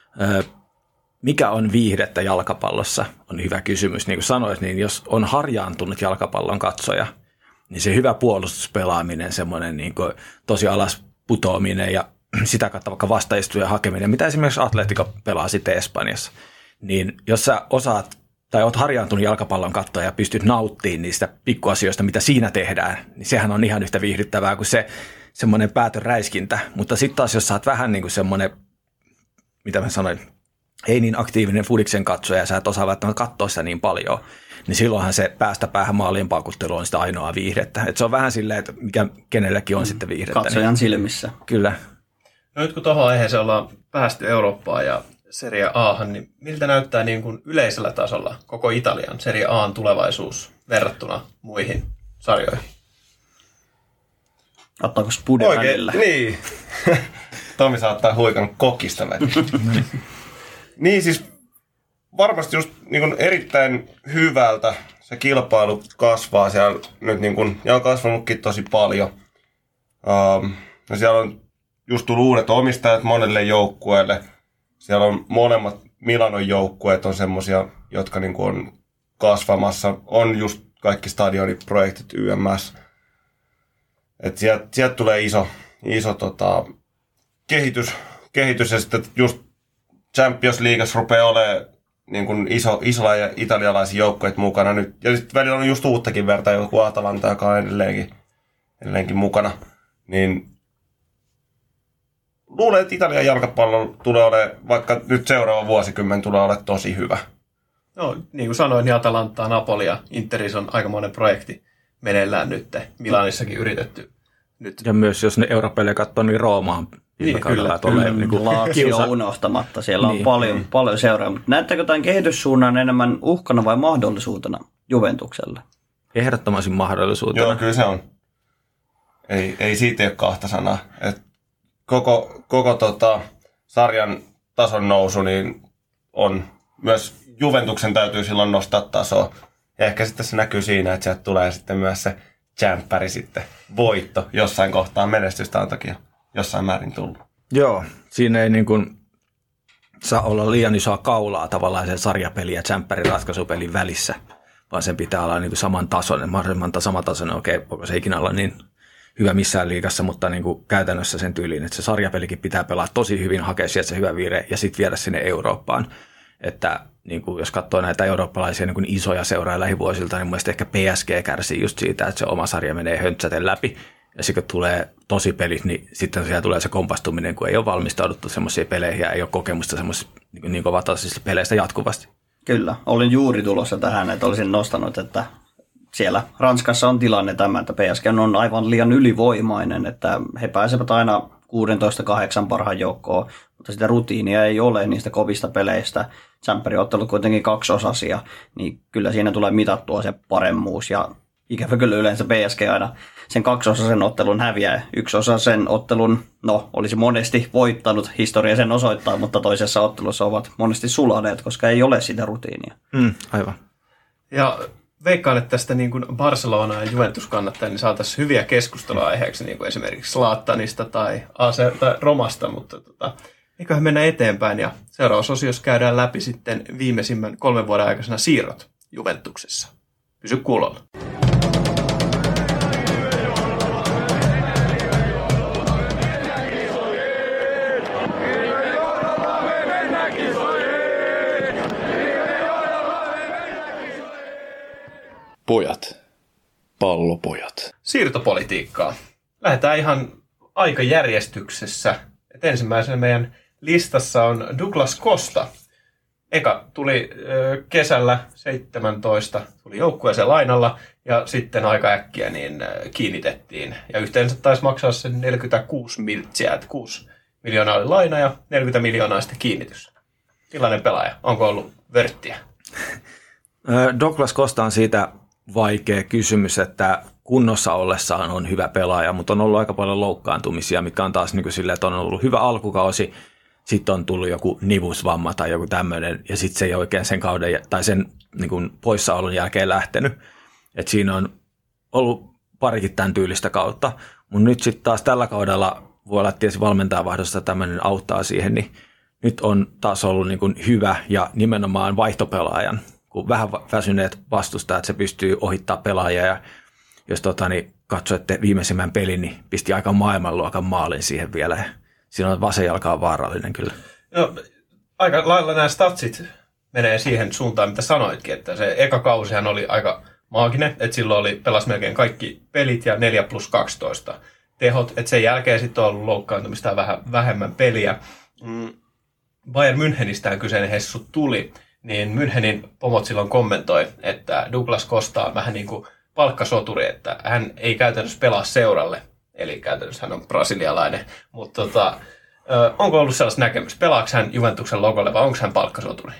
mikä on viihdettä jalkapallossa on hyvä kysymys. Niin kuin sanoit, niin jos on harjaantunut jalkapallon katsoja, niin se hyvä puolustuspelaaminen, semmoinen niin kuin tosi alas putoaminen ja sitä kautta vaikka vastaistujen hakeminen, mitä esimerkiksi Atletico pelaa sitten Espanjassa, niin jos sä osaat tai oot harjaantunut jalkapallon katsoja ja pystyt nauttimaan niistä pikkuasioista, mitä siinä tehdään, niin sehän on ihan yhtä viihdyttävää kuin se semmoinen päätön räiskintä. Mutta sitten taas, jos sä oot vähän niin kuin semmoinen, mitä mä sanoin, ei niin aktiivinen fudiksen katsoja ja sä et osaa välttämättä katsoa sitä niin paljon, niin silloinhan se päästä päähän maalien pakuttelu on sitä ainoa viihdettä. Et se on vähän silleen, että mikä kenellekin on sitten viihdettä. Katsojan niin silmissä. Kyllä. No nyt kun tuohon aiheeseen ollaan päästy Eurooppaan ja Serie A:han, niin miltä näyttää niin kuin yleisellä tasolla koko Italian Serie A:n tulevaisuus verrattuna muihin sarjoihin? Ottaako Spude välillä? Niin. Tomi saattaa huikan kokista välillä. Niin siis varmasti just niin kuin erittäin hyvältä se kilpailu kasvaa siellä nyt niin kuin, ja on kasvanutkin tosi paljon. Um, ja siellä on just tullut uudet omistajat monelle joukkueelle. Siellä on molemmat Milanon joukkueet on semmoisia, jotka niin kuin on kasvamassa. On just kaikki stadioniprojektit Y M S. Että sieltä, sieltä tulee iso, iso tota, kehitys, kehitys ja sitten just Champions Leaguessa rupeaa olemaan niin kuin iso, isola ja italialaisia joukkoja mukana nyt. Ja sitten välillä on just uuttakin verta, joku Atalanta, joka on edelleenkin, edelleenkin mukana. Niin luulen, että Italian jalkapallo tulee olemaan, vaikka nyt seuraava vuosikymmen tulee olemaan tosi hyvä. No, niin kuin sanoin, niin Atalanta, Napoli ja Interis on aikamoinen projekti meneillään nyt. Milanissakin yritetty nyt. Ja myös jos ne europelejä katsoo, niin Rooma on niin, kyllä. Niin Lazio unohtamatta. Siellä on niin, paljon, niin. paljon seuraa. Näettekö tämän kehityssuunnan enemmän uhkana vai mahdollisuutena Juventukselle? Ehdottomasti mahdollisuutena. Joo, kyllä se on. Ei, ei siitä ole kahta sanaa. Et koko koko tota, sarjan tason nousu niin on myös Juventuksen täytyy silloin nostaa tasoa. Ja ehkä sitten se näkyy siinä, että sieltä tulee sitten myös se tsemppäri sitten voitto jossain kohtaa. Menestystä on toki jossain määrin tullut. Joo, siinä ei niin kuin saa olla liian isoa kaulaa tavallaan sen sarjapeli ja tsemppärin ratkaisupelin välissä, vaan sen pitää olla niin kuin saman tasoinen, mahdollisimman samantasoinen. Okei, voiko se ikinä olla niin hyvä missään liigassa, mutta niin kuin käytännössä sen tyyliin, että se sarjapelikin pitää pelaa tosi hyvin, hakea sieltä se hyvä viire ja sitten viedä sinne Eurooppaan. Että niin kuin jos katsoo näitä eurooppalaisia niin kuin isoja seuraa lähivuosilta, niin mielestäni ehkä P S G kärsii just siitä, että se oma sarja menee höntsäten läpi. Ja sitten kun tulee tosi pelit, niin sitten siellä tulee se kompastuminen, kun ei ole valmistauduttu semmoisiin peleihin ja ei ole kokemusta semmoisista niin, niin kovataisista peleistä jatkuvasti. Kyllä, olin juuri tulossa tähän, että olisin nostanut, että siellä Ranskassa on tilanne tämä, että P S G on aivan liian ylivoimainen, että he pääsevät aina kuusitoista kahdeksan parhaan joukkoon, mutta sitä rutiinia ei ole niistä kovista peleistä. Tsemppäriottelut kuitenkin kaksiosaisia, niin kyllä siinä tulee mitattua se paremmuus ja ikävä kyllä yleensä P S G aina sen kaksiosaisen ottelun häviää. Yksi osa sen ottelun, no olisi monesti voittanut, historia sen osoittaa, mutta toisessa ottelussa ovat monesti sulaneet, koska ei ole sitä rutiinia. Mm, aivan. Ja veikkaan, että tästä niin kuin Barcelona ja Juventus kannattaa, niin saataisiin hyviä keskustelua aiheeksi, niin kuin esimerkiksi Zlatanista tai, tai Romasta, mutta tota, eiköhän mennä eteenpäin. Ja seuraavassa osiossa käydään läpi sitten viimeisimmän kolmen vuoden aikaisena siirrot Juventuksessa. Pysy kuulolla. Pojat. Pallopojat. Siirtopolitiikkaa. Lähdetään ihan aikajärjestyksessä. Et ensimmäisenä meidän listassa on Douglas Costa. Eka tuli ö, kesällä seitsemäntoista, tuli joukkueeseen lainalla ja sitten aika äkkiä niin ö, kiinnitettiin. Ja yhteensä taisi maksaa sen neljäkymmentäkuusi miltsiä, että kuusi miljoonaa oli laina ja neljäkymmentä miljoonaa sitten kiinnitys. Millainen pelaaja? Onko ollut vörttiä? Douglas Costa on siitä vaikea kysymys, että kunnossa ollessaan on hyvä pelaaja, mutta on ollut aika paljon loukkaantumisia, mitkä on taas niin kuin silleen, että on ollut hyvä alkukausi, sitten on tullut joku nivusvamma tai joku tämmöinen, ja sitten se ei oikein sen kauden tai sen niin kuin poissaolon jälkeen lähtenyt. Et siinä on ollut parikin tämän tyylistä kautta, mutta nyt sitten taas tällä kaudella voi olla tietysti valmentajavaihdosta tämmöinen auttaa siihen, niin nyt on taas ollut niin kuin hyvä ja nimenomaan vaihtopelaajan, kun vähän väsyneet vastustajat, se pystyy ohittaa pelaajia ja jos tota, niin katsoitte viimeisimmän pelin, niin pisti aika maailmanluokan maalin siihen vielä ja siinä on vasen jalka on vaarallinen kyllä. No, aika lailla nämä statsit menee siihen suuntaan, mitä sanoitkin, että se eka kausihan oli aika maaginen, että silloin oli, pelasi melkein kaikki pelit ja neljä plus kaksitoista tehot, että sen jälkeen sitten on ollut loukkaantumista ja vähän vähemmän peliä. Mm. Bayern Münchenistähän kyseinen hessu tuli, niin Münchenin pomot silloin kommentoi, että Douglas Costa on vähän niin kuin palkkasoturi, että hän ei käytännössä pelaa seuralle, eli käytännössä hän on brasilialainen, mutta tota, onko ollut sellaista näkemystä, pelaako hän Juventuksen logolle vai onko hän palkkasoturi?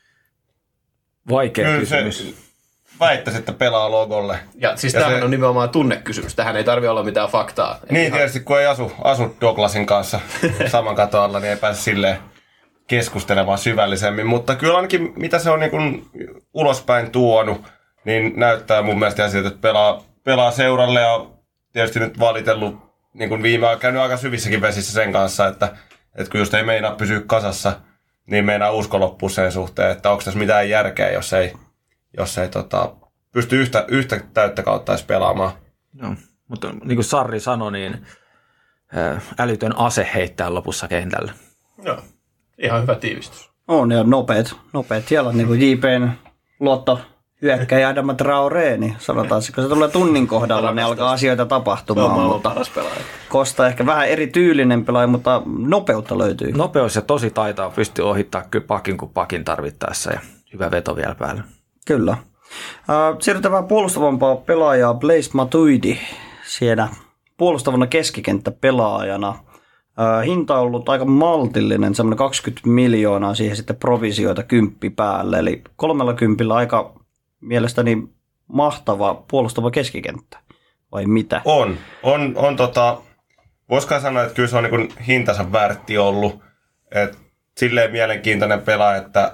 Vaikea Kyllä kysymys. Väittäisi, että pelaa logolle. Ja siis ja tämähän se on nimenomaan tunnekysymys, tähän ei tarvitse olla mitään faktaa. Niin ihan tietysti, kun ei asu, asu Douglasin kanssa saman katon alla, niin ei pääse silleen keskustelemaan syvällisemmin, mutta kyllä ainakin mitä se on niin kuin ulospäin tuonut, niin näyttää mun mielestä ihan siltä, että pelaa, pelaa seuralle ja tietysti nyt valitellut niin kuin viime ajan käynyt aika syvissäkin vesissä sen kanssa, että, että kun just ei meinaa pysyä kasassa, niin meinaa usko loppua sen suhteen, että onko tässä mitään järkeä, jos ei, jos ei tota, pysty yhtä, yhtä täyttä kautta edes pelaamaan. No, mutta niin kuin Sarri sanoi, niin älytön ase heittää lopussa kentällä. Joo. Ihan hyvä tiivistys. On ja nopeat, nopeat jalat, niin kuin J P:n luotto hyökkäjä Adama Traoré, niin sanotaan, että kun se tulee tunnin kohdalla, niin alkaa asioita tapahtumaan. Mutta Costa ehkä vähän eri tyylinen pelaaja, mutta nopeutta löytyy. Nopeus ja tosi taitaa pystyy ohittaa kyllä pakin kuin pakin tarvittaessa ja hyvä veto vielä päällä. Kyllä. Äh, siirrytään vähän puolustavampaa pelaajaa, Blaise Matuidi siellä puolustavana keskikenttäpelaajana. Äh, hinta on ollut aika maltillinen, semmoinen kaksikymmentä miljoonaa, siihen sitten provisioita kymppi päälle, eli kolmella kympillä aika mielestäni mahtava puolustava keskikenttä, vai mitä? On, on, on tota, voisikaan sanoa, että kyllä se on niin kuin hintansa väärti ollut, että silleen mielenkiintoinen pelaaja, että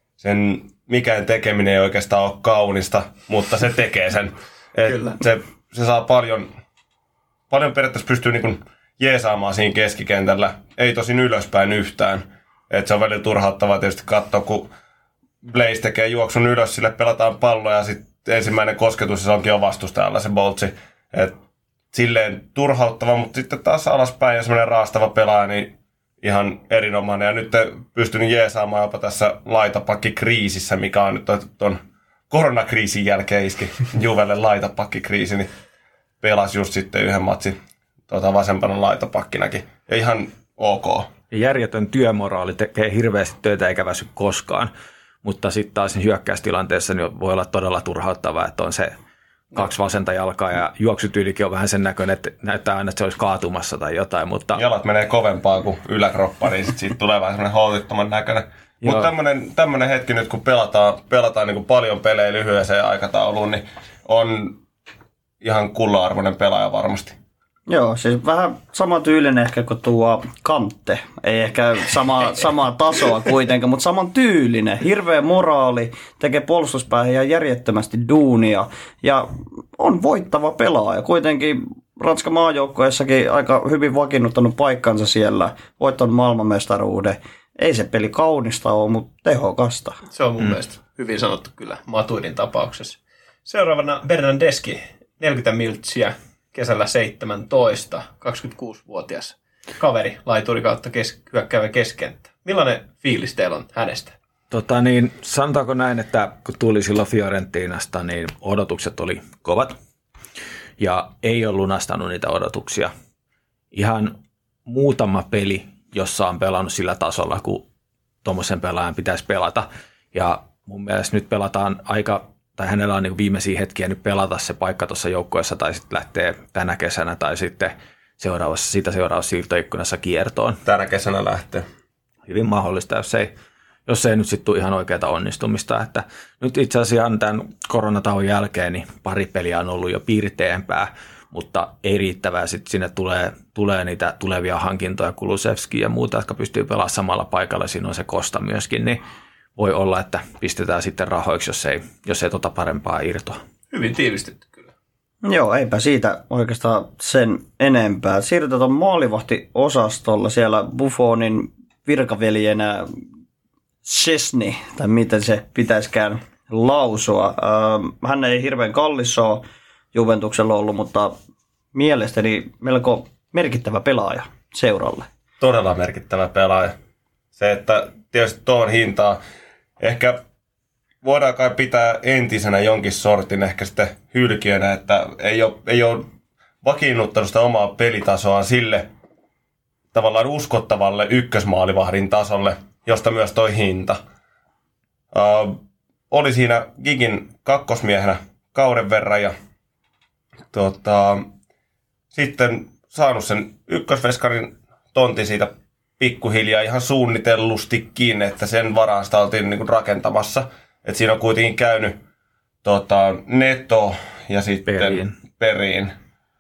sen mikään tekeminen ei oikeastaan ole kaunista, mutta se tekee sen. Kyllä. Se, se saa paljon, paljon periaatteessa pystyy niin kuin jeesaamaan siinä keskikentällä, ei tosin ylöspäin yhtään. Et se on välillä turhauttavaa tietysti katsoa, kun Blaise tekee juoksun ylös, sille pelataan palloa ja sitten ensimmäinen kosketus se onkin jo vastustajalla se boltsi. Et silleen turhauttava, mutta sitten taas alaspäin ja semmoinen raastava pelaaja, niin ihan erinomainen. Ja nyt pystynyt jeesaamaan jopa tässä laitapakkikriisissä, mikä on nyt tuon koronakriisin jälkeen iski Juvelle laitapakkikriisi, niin pelasi just sitten yhden matsin tuota vasempana laitapakkinakin. Ja ihan ok. Järjetön työmoraali, tekee hirveästi töitä eikä väsy koskaan, mutta sitten taas hyökkäystilanteessa niin voi olla todella turhauttavaa, että on se kaksi vasenta jalkaa ja juoksutyylikin on vähän sen näköinen, että näyttää aina, että se olisi kaatumassa tai jotain. Mutta jalat menee kovempaa kuin yläkroppa, niin sit siitä tulee vähän semmoinen holtittoman näköinen. Mutta tämmöinen, tämmöinen hetki nyt, kun pelataan, pelataan niin kuin paljon pelejä lyhyeseen aikatauluun, niin on ihan kulla-arvoinen pelaaja varmasti. Joo, siis vähän sama tyylinen ehkä kuin tuo Kante. Ei ehkä sama, samaa tasoa kuitenkaan, mutta saman tyylinen. Hirveä moraali, tekee puolustuspäähän ja järjettömästi duunia. Ja on voittava pelaaja. Kuitenkin Ranskan maajoukkueessakin aika hyvin vakiinnuttanut paikkansa siellä. Voittanut maailmanmestaruuden. Ei se peli kaunista ole, mutta tehokasta. Se on mun mm. mielestä hyvin sanottu kyllä Matuidin tapauksessa. Seuraavana Bernardeschi, neljäkymmentä miltsiä. Kesällä seitsemäntoista, kaksikymmentäkuusivuotias kaveri, laituri kautta kes- hyökkäävä keskenttä. Millainen fiilis teillä on hänestä? Tota niin, sanotaanko näin, että kun tuli silloin Fiorentinasta, niin odotukset oli kovat. Ja ei ole lunastanut niitä odotuksia. Ihan muutama peli, jossa on pelannut sillä tasolla, kun tuommoisen pelaajan pitäisi pelata. Ja mun mielestä nyt pelataan aika... tai hänellä on niin viimeisiä hetkiä nyt pelata se paikka tuossa joukkueessa tai sitten lähtee tänä kesänä tai sitten seuraavassa, siitä seuraavassa siirtoikkunassa kiertoon. Tänä kesänä lähtee. Hyvin mahdollista, jos ei, jos ei nyt sitten tule ihan oikeaa onnistumista. Että nyt itse asiassa tämän koronatauon jälkeen niin pari peliä on ollut jo piirteempää, mutta ei riittävää. Sitten sinne tulee, tulee niitä tulevia hankintoja, Kulusevski ja muuta, jotka pystyy pelaamaan samalla paikalla. Siinä on se Costa myöskin, niin voi olla, että pistetään sitten rahoiksi, jos ei, jos ei tota parempaa irtoa. Hyvin tiivistetty kyllä. Joo, eipä siitä oikeastaan sen enempää. Siirrytään tuon maalivahtiosastolla siellä Buffonin virkaveljenä Szczesny, tai miten se pitäisikään lausua. Hän ei hirveän kallis ole Juventuksella ollut, mutta mielestäni melko merkittävä pelaaja seuralle. Todella merkittävä pelaaja. Se, että tietysti tuon hintaa ehkä voidaan kai pitää entisenä jonkin sortin ehkä sitten hylkiönä, että ei ole, ei ole vakiinnuttanut sitä omaa pelitasoaan sille tavallaan uskottavalle ykkösmaalivahdin tasolle, josta myös toi hinta. Uh, oli siinä Gigin kakkosmiehenä kauden verran ja tota, sitten saanut sen ykkösveskarin tontin siitä pikkuhiljaa ihan suunnitellustikin, että sen varaan sitä oltiin niin kuin rakentamassa. Että siinä on kuitenkin käynyt tota, Neto ja sitten Periin, Periin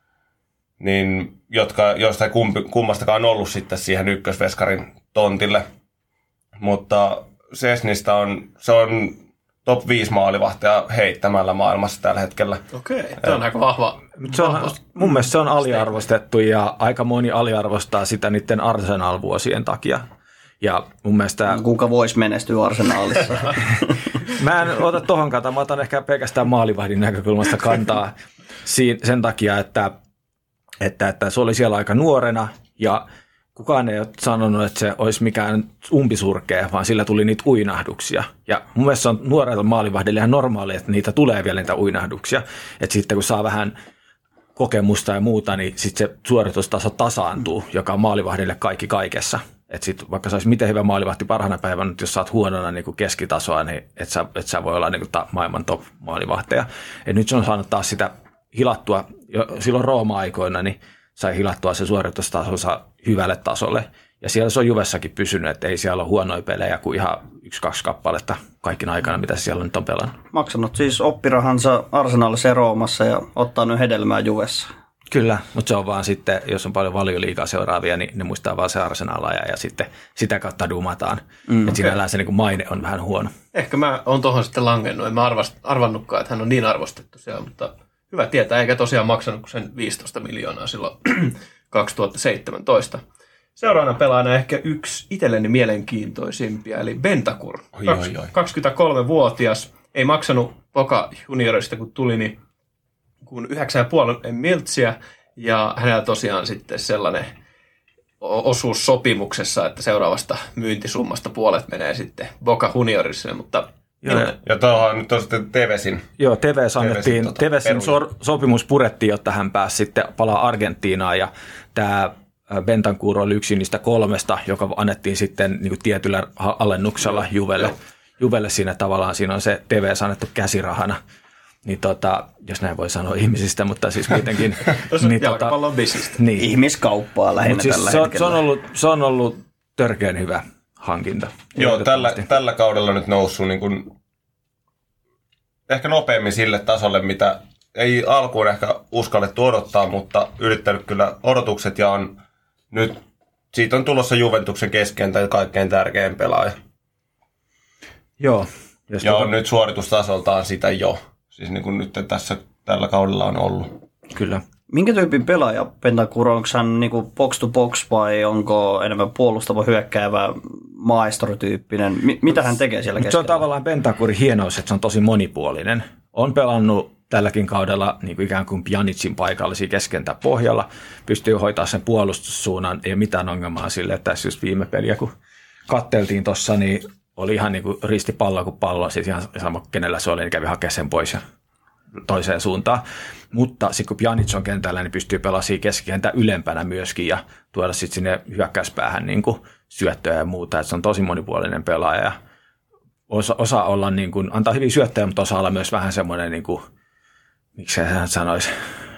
niin, jotka, joista ei kumpi, kummastakaan ollut sitten siihen ykkösveskarin tontille. Mutta Szczesnystä on, se on top viisi maalivahtia heittämällä maailmassa tällä hetkellä. Okei, tämä on aika vahva. Se on, mun mielestä se on aliarvostettu ja aika moni aliarvostaa sitä niiden Arsenal-vuosien takia. Ja mun mielestä... Kuka voisi menestyä Arsenalissa? Mä en ota tohon kantaa, mä otan ehkä pelkästään maalivahdin näkökulmasta kantaa sen takia, että, että, että se oli siellä aika nuorena ja kukaan ei ole sanonut, että se olisi mikään umpisurkea, vaan sillä tuli niitä uinahduksia. Ja mun mielestä se on nuorella maalivahdilla ihan normaali, että niitä tulee vielä niitä uinahduksia. Että sitten kun saa vähän kokemusta ja muuta, niin sitten se suoritustaso tasaantuu, joka on maalivahdille kaikki kaikessa. Että sitten vaikka sä olisi miten hyvä maalivahti parhaana päivänä, jos sä oot huonona niin kuin keskitasoa, niin et sä, et sä voi olla niin kuin ta, maailman top maalivahteja. Et nyt se on saanut taas sitä hilattua, jo silloin Rooma-aikoina, niin sai hilattua se suoritustasonsa hyvälle tasolle. Ja siellä se on Juvessakin pysynyt, että ei siellä ole huonoja pelejä kuin ihan yksi, kaksi kappaletta kaikkina aikana, mitä siellä nyt on pelannut. Maksanut siis oppirahansa Arsenalissa ja Roomassa ja ottaa nyt hedelmää Juvessa. Kyllä, mutta se on vaan sitten, jos on paljon Valioliigaa seuraavia, niin ne muistaa vaan se Arsenala ja, ja sitten sitä kautta dumataan. Mm, että okay. Sinällään se niin kuin maine on vähän huono. Ehkä mä oon tuohon sitten langennut, en mä arvast, arvannutkaan, että hän on niin arvostettu siellä, mutta hyvä tietää, eikä tosiaan maksanut kuin sen viisitoista miljoonaa silloin kaksituhattaseitsemäntoista. Seuraavana pelaajana ehkä yksi itselleni mielenkiintoisimpia, eli Bentancur. Oi, oi, oi. kaksikymmentäkolmevuotias, ei maksanut Boca Juniorista, kun tuli, niin kuin yhdeksän pilkku viisi miltsiä, ja hänellä tosiaan sitten sellainen osuus sopimuksessa, että seuraavasta myyntisummasta puolet menee sitten Boca Juniorille, mutta Joo, ja, ja tuohon nyt on sitten Tevesin. Joo, Tevez annettiin, tota, Tevesin sor, sopimus purettiin, jotta hän pääsi sitten palaa Argentiinaan, ja tämä Bentancur oli yksi niistä kolmesta, joka annettiin sitten niin kuin tietyllä alennuksella Juvelle. Juvelle siinä tavallaan, siinä on se Tevez annettu käsirahana. Niin tota, jos näin voi sanoa ihmisistä, mutta siis kuitenkin. niin, jalkapallon bisistä. Niin. Ihmiskauppaa lähinnä siis tällä se on, hetkellä. Se on, ollut, se on ollut törkeän hyvä hankinta. Joo, tällä, tällä kaudella nyt noussut niin kuin, ehkä nopeammin sille tasolle, mitä ei alkuun ehkä uskallettu odottaa, mutta ylittänyt kyllä odotukset ja on nyt, siitä on tulossa Juventuksen keskentä kaikkein tärkein pelaaja. Joo. Ja tuota... on nyt suoritustasoltaan sitä jo. Siis niin kuin nyt tässä tällä kaudella on ollut. Kyllä. Minkä tyypin pelaaja Bentancur, onko hän niin kuin box to box vai onko enemmän puolustava, hyökkäävä, maestro-tyyppinen? M- mitä hän tekee siellä keskellä? Se on tavallaan Bentacourin hienous, että se on tosi monipuolinen. On pelannut tälläkin kaudella niin kuin ikään kuin Pjanicin paikallisia keskentä pohjalla. Pystyy hoitamaan sen puolustussuunnan, ei ole mitään ongelmaa sille, että tässä just viime peliä kun katteltiin tuossa, niin oli ihan niin kuin risti pallo kuin pallo, siis ihan sama kenellä se oli, niin kävi hakemaan sen pois ja toiseen suuntaan. Mutta sitten kun Pjanic on kentällä, niin pystyy pelaamaan keskikentä ylempänä myöskin ja tuoda sitten sinne hyökkäyspäähän niin kuin syöttöjä ja muuta. Et se on tosi monipuolinen pelaaja ja osa, osa olla niin kuin, antaa hyviä syöttöjä, mutta osa olla myös vähän semmoinen, niin kuin, miksi hän sanoisi,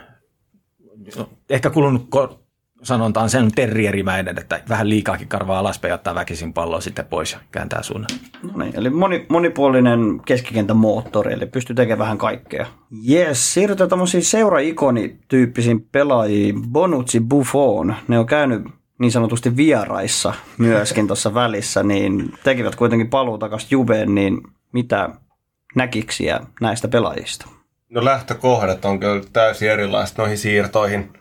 ehkä kulunut sanontaan sen terrierimäinen, että vähän liikaakin karvaa alaspäin ja ottaa väkisin palloa sitten pois ja kääntää suunnan. No niin, eli moni, monipuolinen keskikentän moottori, eli pystyy tekemään vähän kaikkea. Jes, siirrytään tämmöisiin seura-ikonityyppisiin pelaajiin. Bonucci, Buffon, ne on käynyt niin sanotusti vieraissa myöskin tuossa välissä, niin tekivät kuitenkin paluu takaisin Juveen, niin mitä näkiksiä näistä pelaajista? No lähtökohdat on kyllä täysin erilaiset noihin siirtoihin.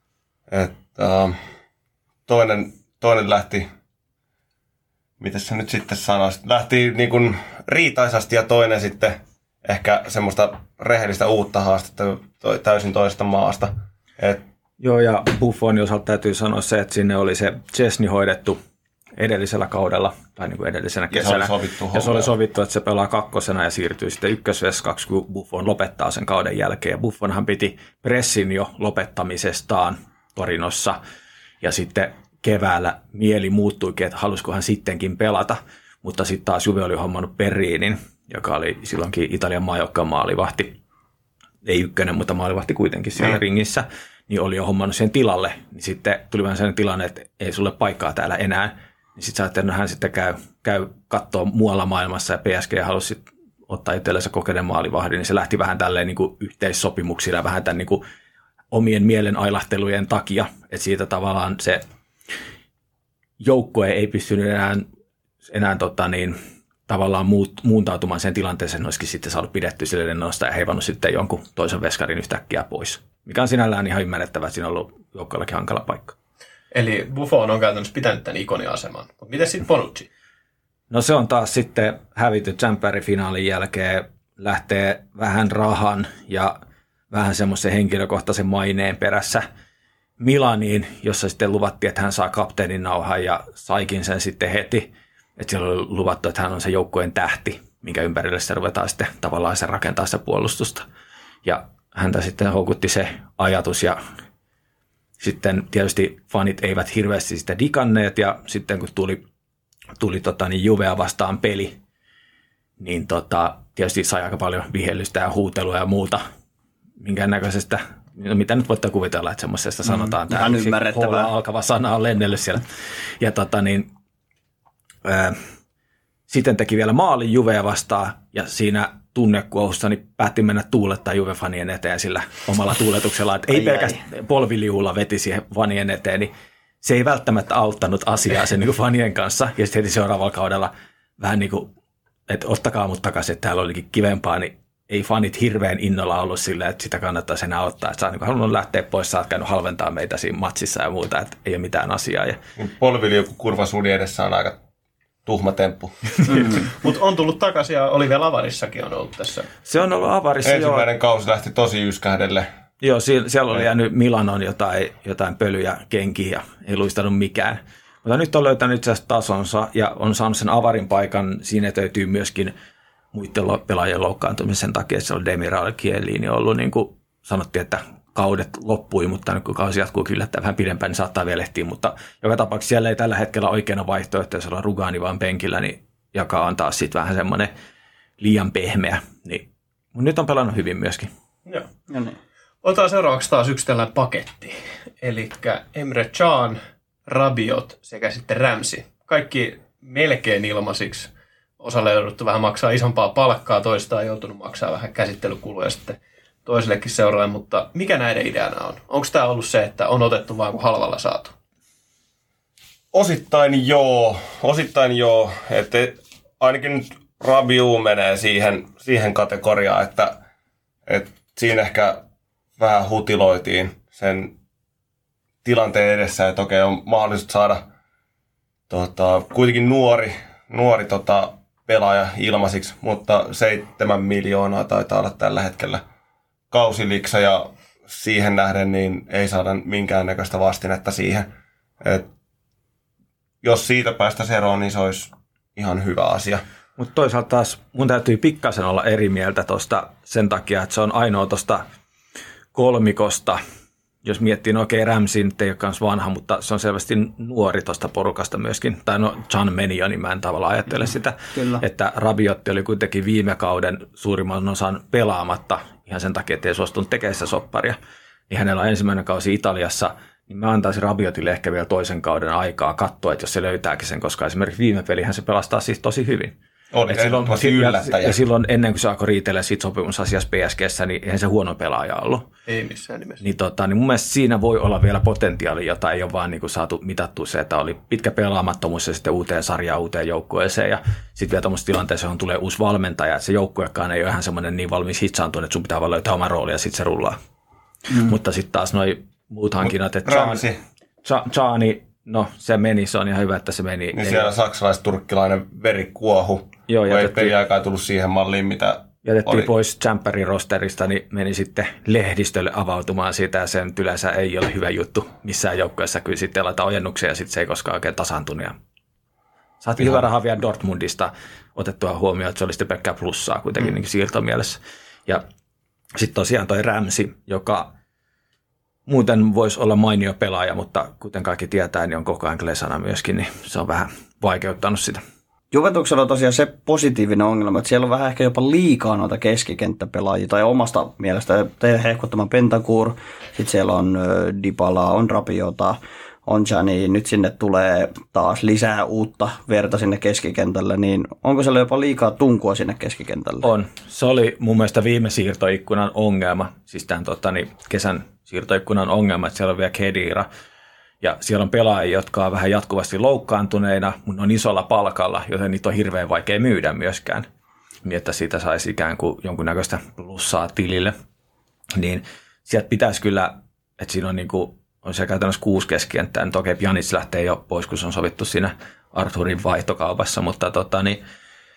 Että uh, toinen, toinen lähti, miten se nyt sitten sanoisi, lähti niin kuin riitaisasti ja toinen sitten ehkä semmoista rehellistä uutta haastetta täysin toisesta maasta. Et Joo, ja Buffonin osalta täytyy sanoa se, että sinne oli se Chesney hoidettu edellisellä kaudella, tai niin kuin edellisenä kesänä. Ja se oli sovittu, ja se oli sovittu, että se pelaa kakkosena ja siirtyy sitten ykkösveskaksi, kun Buffon lopettaa sen kauden jälkeen. Ja Buffonhan piti pressin jo lopettamisestaan Torinossa, ja sitten keväällä mieli muuttuikin, että halusiko hän sittenkin pelata, mutta sitten taas Juve oli hommannut Perrinin, joka oli silloinkin Italian maajoukkueen maalivahti, ei ykkönen, mutta maalivahti kuitenkin siellä mm. ringissä, niin oli jo hommannut sen tilalle, niin sitten tuli vähän sellainen tilanne, että ei sulle paikkaa täällä enää, niin sitten sä ajattelin, että hän sitten käy, käy katsoa muualla maailmassa, ja P S G halusi ottaa itsellensä kokeiden maalivahdin, niin se lähti vähän tälleen niin kuin yhteissopimuksilla, vähän tämän niin kuin omien mielen ailahtelujen takia, että siitä tavallaan se joukkue ei pystynyt enää, enää tota niin, tavallaan muut, muuntautumaan sen tilanteeseen, olisikin sitten saanut pidettyä sille lennosta ja heivannut sitten jonkun toisen veskarin yhtäkkiä pois, mikä on sinällään ihan ymmärrettävää, että siinä on ollut joukkueellakin hankala paikka. Eli Buffon on käytännössä pitänyt tämän ikoniaseman, mutta miten sitten Bonucci? No se on taas sitten hävity Champions-finaalin jälkeen, lähtee vähän rahan ja vähän semmoisen henkilökohtaisen maineen perässä Milaniin, jossa sitten luvattiin, että hän saa kapteenin nauhan ja saikin sen sitten heti. Että siellä oli luvattu, että hän on se joukkueen tähti, minkä ympärille se ruvetaan sitten tavallaan se rakentaa sitä puolustusta. Ja häntä sitten houkutti se ajatus ja sitten tietysti fanit eivät hirveästi sitä diganneet ja sitten kun tuli, tuli tota, niin Juvea vastaan peli, niin tota, tietysti sai aika paljon vihellystä ja huutelua ja muuta, minkään näköisestä, no mitä nyt voitte kuvitella, että semmoisesta sanotaan, mm, ihan ymmärrettävää. Alkava sana on lennellyt siellä. Ja tota niin, ää, sitten teki vielä maalin Juvea vastaan ja siinä tunnekuohussa niin päätti mennä tuulettaa Juve-fanien eteen sillä omalla tuuletuksella, että ei pelkästään polviliulla veti siihen fanien eteen, niin se ei välttämättä auttanut asiaa sen niin fanien kanssa. Ja sitten heti seuraavalla kaudella vähän niin kuin, että ottakaa mut takaisin, että täällä olikin kivempaa, niin ei fanit hirveän innolla ollut silleen, että sitä kannattaisi enää ottaa. Että sä oot niin halunnut lähteä pois, sä oot käynyt halventaa meitä siinä matsissa ja muuta, että ei ole mitään asiaa. Ja polviliuku kurva suli edessä on aika tuhma temppu. Mm. Mutta on tullut takaisin ja oli vielä avarissakin on ollut tässä. Se on ollut avarissa. Ensimmäinen joo. kausi lähti tosi yskähdelle. Joo, siellä, siellä oli jäänyt Milanon jotain, jotain pölyjä kenkiä ja ei luistanut mikään. Mutta nyt on löytänyt itse asiassa tasonsa ja on saanut sen avarin paikan. Siinä täytyy myöskin muiden pelaajien loukkaantumisen takia, että se on Demiral Chiellini ollut, niin kuin sanottiin, että kaudet loppui, mutta nyt kun kausi jatkuu kyllä, että vähän pidempään, niin saattaa vielä ehtiä, mutta joka tapauksessa siellä ei tällä hetkellä oikeana vaihtoehto, jos ollaan Rugani vaan penkillä, niin joka on taas sitten vähän semmoinen liian pehmeä. Niin. Mutta nyt on pelannut hyvin myöskin. Joo. Ja niin. Otetaan seuraavaksi taas yksi tällainen paketti, eli Emre Can, Rabiot sekä sitten Ramsey. Kaikki melkein ilmaisiksi. Osalle jouduttu vähän maksaa isompaa palkkaa, toista on joutunut maksaa vähän käsittelykuluja sitten toisellekin seuraalle, mutta mikä näiden ideana on? Onko tämä ollut se, että on otettu vaan kuin halvalla saatu? Osittain joo, osittain joo, että ainakin nyt Rabiot menee siihen, siihen kategoriaan, että, että siinä ehkä vähän hutiloitiin sen tilanteen edessä, että okei, on mahdollisuus saada tota, kuitenkin nuori, nuori tota, pelaaja ilmaisiksi, mutta seitsemän miljoonaa taitaa olla tällä hetkellä kausiliksa ja siihen nähden niin ei saada minkäännäköistä vastinetta siihen. Et jos siitä päästäisiin eroon, niin se olisi ihan hyvä asia. Mutta toisaalta taas mun täytyy pikkasen olla eri mieltä tuosta sen takia, että se on ainoa tuosta kolmikosta. Jos miettii, no okei, Ramsey nyt ei ole myös vanha, mutta se on selvästi nuori tuosta porukasta myöskin. Tai no, Can meni jo, niin mä en tavallaan ajattele sitä. Kyllä. Että Rabiotti oli kuitenkin viime kauden suurimman osan pelaamatta ihan sen takia, että ei suostunut tekemään sitä sopparia. Niin hänellä on ensimmäinen kausi Italiassa, niin mä antaisin Rabiotille ehkä vielä toisen kauden aikaa katsoa, että jos se löytääkin sen, koska esimerkiksi viime pelihän se pelastaa siis tosi hyvin. Oli se silloin, tosi yllättäjä. Ja silloin ennen kuin se alkoi riitellä siitä sopimusasiassa P S G:ssä, niin eihän se huono pelaaja ollut. Ei missään nimessä. Niin, tota, niin mun mielestä siinä voi olla vielä potentiaali, jota ei ole vaan niin kuin saatu mitattua se, että oli pitkä pelaamattomuus ja sitten uuteen sarjaan, uuteen joukkueeseen. Ja sitten vielä tuommoisessa tilanteessa, johon tulee uusi valmentaja, että se joukkuekaan ei ole ihan semmoinen niin valmis hitsaantunut, että sun pitää vaan löytää oma rooli ja sitten se rullaa. Mm. Mutta sitten taas noi muut hankinnat, että Caani, no se meni, se on ihan hyvä, että se meni. Niin siellä saksalais-turkkilainen verikuohu. Joo, ei peliaikaa tullut siihen malliin, mitä jätettiin oli. Pois Champerin rosterista, niin meni sitten lehdistölle avautumaan siitä, ja se yleensä ei ole hyvä juttu missään joukkueessa, kyllä sitten laitetaan ojennuksia, ja sitten se ei koskaan oikein tasaantunut. Saatiin hyvä rahaa vielä Dortmundista otettua huomioon, että se oli sitten pelkkää plussaa kuitenkin mm. niin siirtomielessä. Ja sitten tosiaan toi Ramsey, joka muuten voisi olla mainio pelaaja, mutta kuten kaikki tietää, niin on koko ajan Glesana myöskin, niin se on vähän vaikeuttanut sitä. Juventuksella on tosiaan se positiivinen ongelma, että siellä on vähän ehkä jopa liikaa noita keskikenttäpelaajia, tai omasta mielestä teidän hehkuttaman Bentancur, sitten siellä on Dybalaa, on Rabiota, on Gianni, nyt sinne tulee taas lisää uutta verta sinne keskikentälle, niin onko siellä jopa liikaa tunkua sinne keskikentälle? On. Se oli mun mielestä viime siirtoikkunan ongelma, siis tämän tota, niin kesän siirtoikkunan ongelma, että siellä on vielä Khedira. Ja siellä on pelaajia, jotka on vähän jatkuvasti loukkaantuneina, mutta on isolla palkalla, joten niitä on hirveän vaikea myydä myöskään. Että siitä saisi ikään kuin jonkunnäköistä plussaa tilille. Niin sieltä pitäisi kyllä, että siinä on, niin kuin, on siellä käytännössä kuusi keskikenttää. Nyt okei, Pjanic lähtee jo pois, kun se on sovittu siinä Arthurin vaihtokaupassa, mutta tota, niin,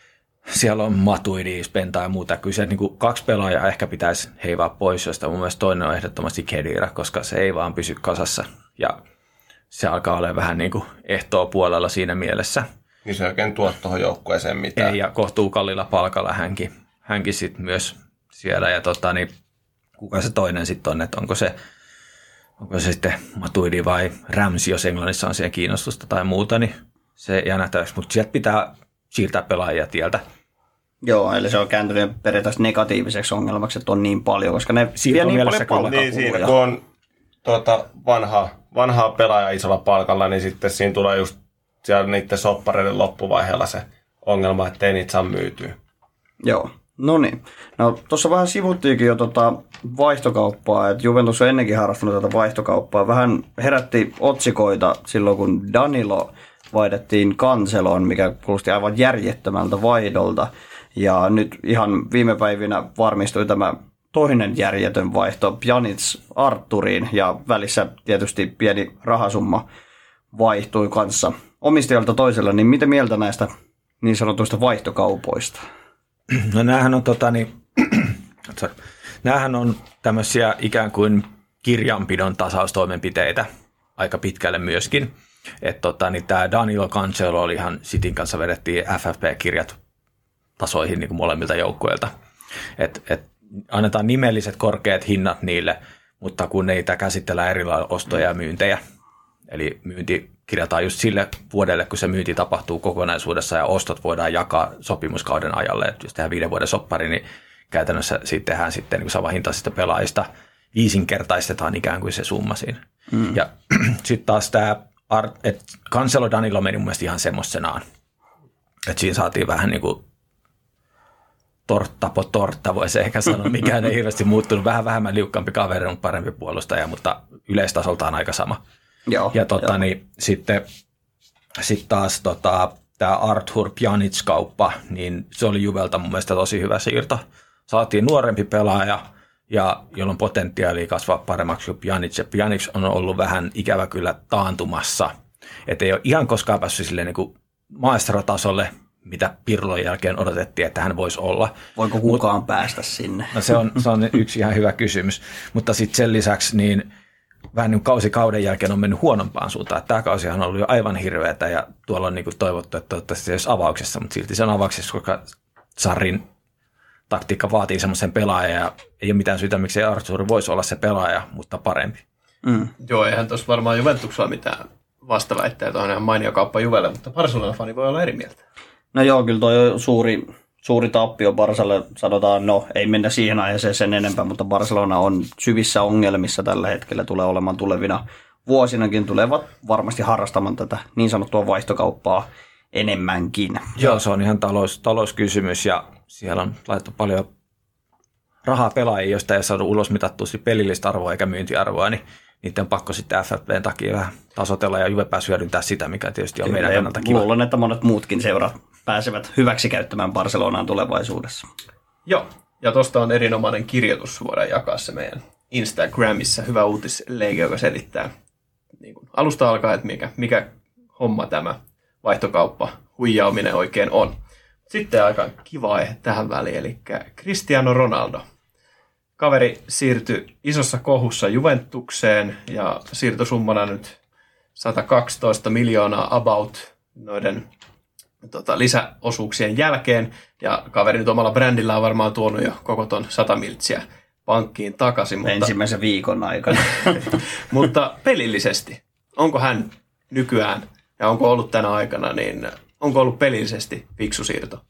siellä on Matuidi, Spenta ja muuta. Kyllä se niin kuin kaksi pelaajaa ehkä pitäisi heivaa pois, josta mun mielestä toinen on ehdottomasti Khedira, koska se ei vaan pysy kasassa. Ja se alkaa olla vähän niin kuin ehtoa puolella siinä mielessä. Niin se ei oikein tuo tuohon joukkueeseen mitään. Ei, ja kohtuu kallilla palkalla hänkin, hänkin sitten myös siellä. Ja tota, niin, kuka se toinen sitten on, että onko se, onko se sitten Matuidi vai Ramsey, jos Englannissa on siihen kiinnostusta tai muuta, niin se jää nähtäväksi. Mutta sieltä pitää siirtää pelaajia tieltä. Joo, eli se on kääntynyt periaatteessa negatiiviseksi ongelmaksi, että on niin paljon, koska ne vie niin paljon palkkaa. Niin, siinä kun on tuota, vanha, vanhaa pelaajaa isolla palkalla, niin sitten siinä tulee just siellä niiden soppareiden loppuvaiheella se ongelma, että ei niitä saa myytyä. Joo, no niin. No tuossa vähän sivuttiinkin jo tota vaihtokauppaa, että Juventus on ennenkin harrastanut tätä vaihtokauppaa. Vähän herätti otsikoita silloin, kun Danilo vaihdettiin Canceloon, mikä kuulosti aivan järjettömältä vaihdolta. Ja nyt ihan viime päivinä varmistui tämä toinen järjetön vaihto Pjanic Arturiin, ja välissä tietysti pieni rahasumma vaihtui kanssa omistajalta toisella. Niin mitä mieltä näistä niin sanotuista vaihtokaupoista? No näähän on, tota, niin, näähän on tämmöisiä ikään kuin kirjanpidon tasaustoimenpiteitä aika pitkälle myöskin. Että tota, niin tämä Danilo Cancelo oli ihan Cityn kanssa vedettiin F F P-kirjat tasoihin niin kuin molemmilta joukkueilta. Että et annetaan nimelliset korkeat hinnat niille, mutta kun niitä käsitellään erilaisia ostoja ja myyntejä. Eli myynti kirjataan just sille vuodelle, kun se myynti tapahtuu kokonaisuudessa ja ostot voidaan jakaa sopimuskauden ajalle. Et jos tehdään viiden vuoden soppari, niin käytännössä siitä tehdään sitten niin samanhintaisista pelaajista. Viisinkertaistetaan ikään kuin se summa siinä. Mm. Ja sitten taas tämä että Cancelo Danilo meni mun mielestä ihan semmoisenaan. Että siinä saatiin vähän niin kuin tortta po tortta, voisi ehkä sanoa. Mikään ei hirveästi muuttunut. Vähän vähemmän liukkaampi kaveri, mutta parempi puolustaja, mutta yleistasoltaan aika sama. Joo, ja tota, jo. niin, sitten sit taas tota, tämä Arthur Pjanic-kauppa, niin se oli Juvelta mun mielestä tosi hyvä siirto. Saatiin nuorempi pelaaja, ja jolloin potentiaalia kasvaa paremmaksi kuin Pjanic. Ja Pjanic on ollut vähän ikävä kyllä taantumassa. Että ei ole ihan koskaan päässyt silleen niin kuin maestrotasolle, mitä Pirlon jälkeen odotettiin, että hän voisi olla. Voiko kukaan Mut, päästä sinne? No se on, se on yksi ihan hyvä kysymys. Mutta sitten sen lisäksi niin vähän niin kausi kauden jälkeen on mennyt huonompaan suuntaan. Tämä kausihan on ollut jo aivan hirveätä ja tuolla on niin kuin toivottu, että toivottavasti se olisi avauksessa, mutta silti se on avauksessa, koska Sarrin taktiikka vaatii semmoisen pelaajan ja ei ole mitään syytä, miksi Arthur voisi olla se pelaaja, mutta parempi. Mm. Joo, eihän tuossa varmaan Juventuksella mitään vastaväitteitä, on ihan mainio kauppa Juvelle, mutta Barcelona-fani voi olla eri mieltä. No joo, kyllä toi suuri, suuri tappio Barsalle, sanotaan, no ei mennä siihen aiheeseen sen enempää, mutta Barcelona on syvissä ongelmissa tällä hetkellä, tulee olemaan tulevina vuosinakin, tulevat varmasti harrastamaan tätä niin sanottua vaihtokauppaa enemmänkin. Joo, se on ihan talous, talouskysymys ja siellä on laitettu paljon rahaa pelaajia, joista ei saanut ulos mitattua pelillistä arvoa eikä myyntiarvoa, niin niiden on pakko sitten F F P:n takia vähän tasotella ja Juve pääsi hyödyntää sitä, mikä tietysti on kyllä, meidän kannalta kiva. Luulen, että monet muutkin seurat pääsevät hyväksi käyttämään Barcelonaan tulevaisuudessa. Joo, ja tuosta on erinomainen kirjoitus, voidaan jakaa se meidän Instagramissa. Hyvä uutisleike, joka selittää niin kuin alusta alkaen, että mikä, mikä homma tämä vaihtokauppa huijaaminen oikein on. Sitten aika kiva aihe tähän väliin, eli Cristiano Ronaldo. Kaveri siirtyi isossa kohussa Juventukseen ja siirtosummana nyt sata kaksitoista miljoonaa about noiden tota, lisäosuuksien jälkeen. Ja kaveri nyt omalla brändillä on varmaan tuonut jo koko ton sata miltsiä pankkiin takaisin. Mutta, ensimmäisen viikon aikana. mutta pelillisesti, onko hän nykyään ja onko ollut tänä aikana, niin onko ollut pelillisesti fiksu siirto?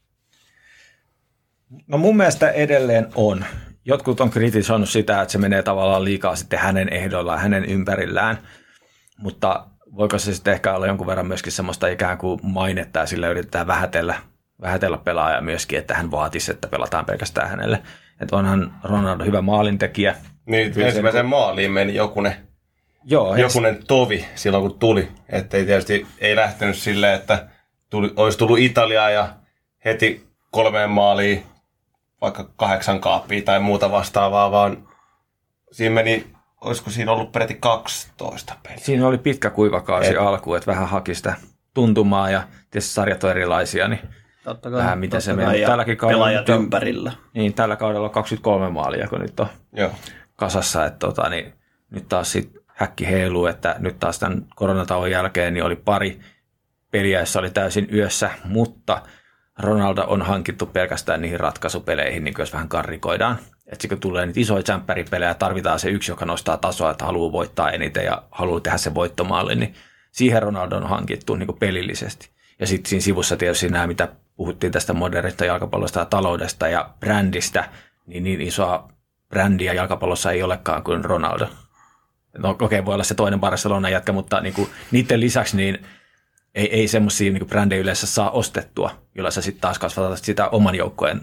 No mun mielestä edelleen on. Jotkut on kritisoinut sitä, että se menee tavallaan liikaa sitten hänen ehdoillaan, hänen ympärillään, mutta voiko se sitten ehkä olla jonkun verran myöskin semmoista ikään kuin mainetta ja sillä yritetään vähätellä, vähätellä pelaajaa myöskin, että hän vaatisi, että pelataan pelkästään hänelle. Että onhan Ronaldo hyvä maalintekijä. Niin, ensimmäiseen maaliin meni jokunen, Joo, jokunen tovi silloin kun tuli, että ei tietysti ei lähtenyt silleen, että tuli, olisi tullut Italiaa ja heti kolmeen maaliin vaikka kahdeksan kaappia tai muuta vastaavaa, vaan siinä meni, olisiko siinä ollut peräti kaksitoista peliä. Siinä oli pitkä kuivakausi Et... alkuun, että vähän haki sitä tuntumaa ja tietysti sarjat on erilaisia, niin Totta kai, vähän miten se menee. Tälläkin kaudella pelaajat on, ympärillä. Niin, tällä kaudella on kaksikymmentäkolme maalia, kun nyt on Joo. kasassa. Että, tota, niin, nyt taas sit häkki heiluu, että nyt taas tämän koronatauon jälkeen niin oli pari peliä, jossa oli täysin yössä, mutta Ronaldo on hankittu pelkästään niihin ratkaisupeleihin, niin jos vähän karrikoidaan. Että kun tulee niitä isoja tsemppäripelejä, tarvitaan se yksi, joka nostaa tasoa, että haluaa voittaa eniten ja haluaa tehdä se voittomaali, niin siihen Ronaldo on hankittu niin kuin pelillisesti. Ja sitten siinä sivussa tietysti nämä, mitä puhuttiin tästä modernista jalkapallosta ja taloudesta ja brändistä, niin niin isoa brändiä jalkapallossa ei olekaan kuin Ronaldo. No okei, okay, voi olla se toinen Barcelonan jätkä, mutta niin kuin, niiden lisäksi niin ei, ei semmoisia niin brändejä yleensä saa ostettua, jolla sä sitten taas kasvatat sitä oman joukkojen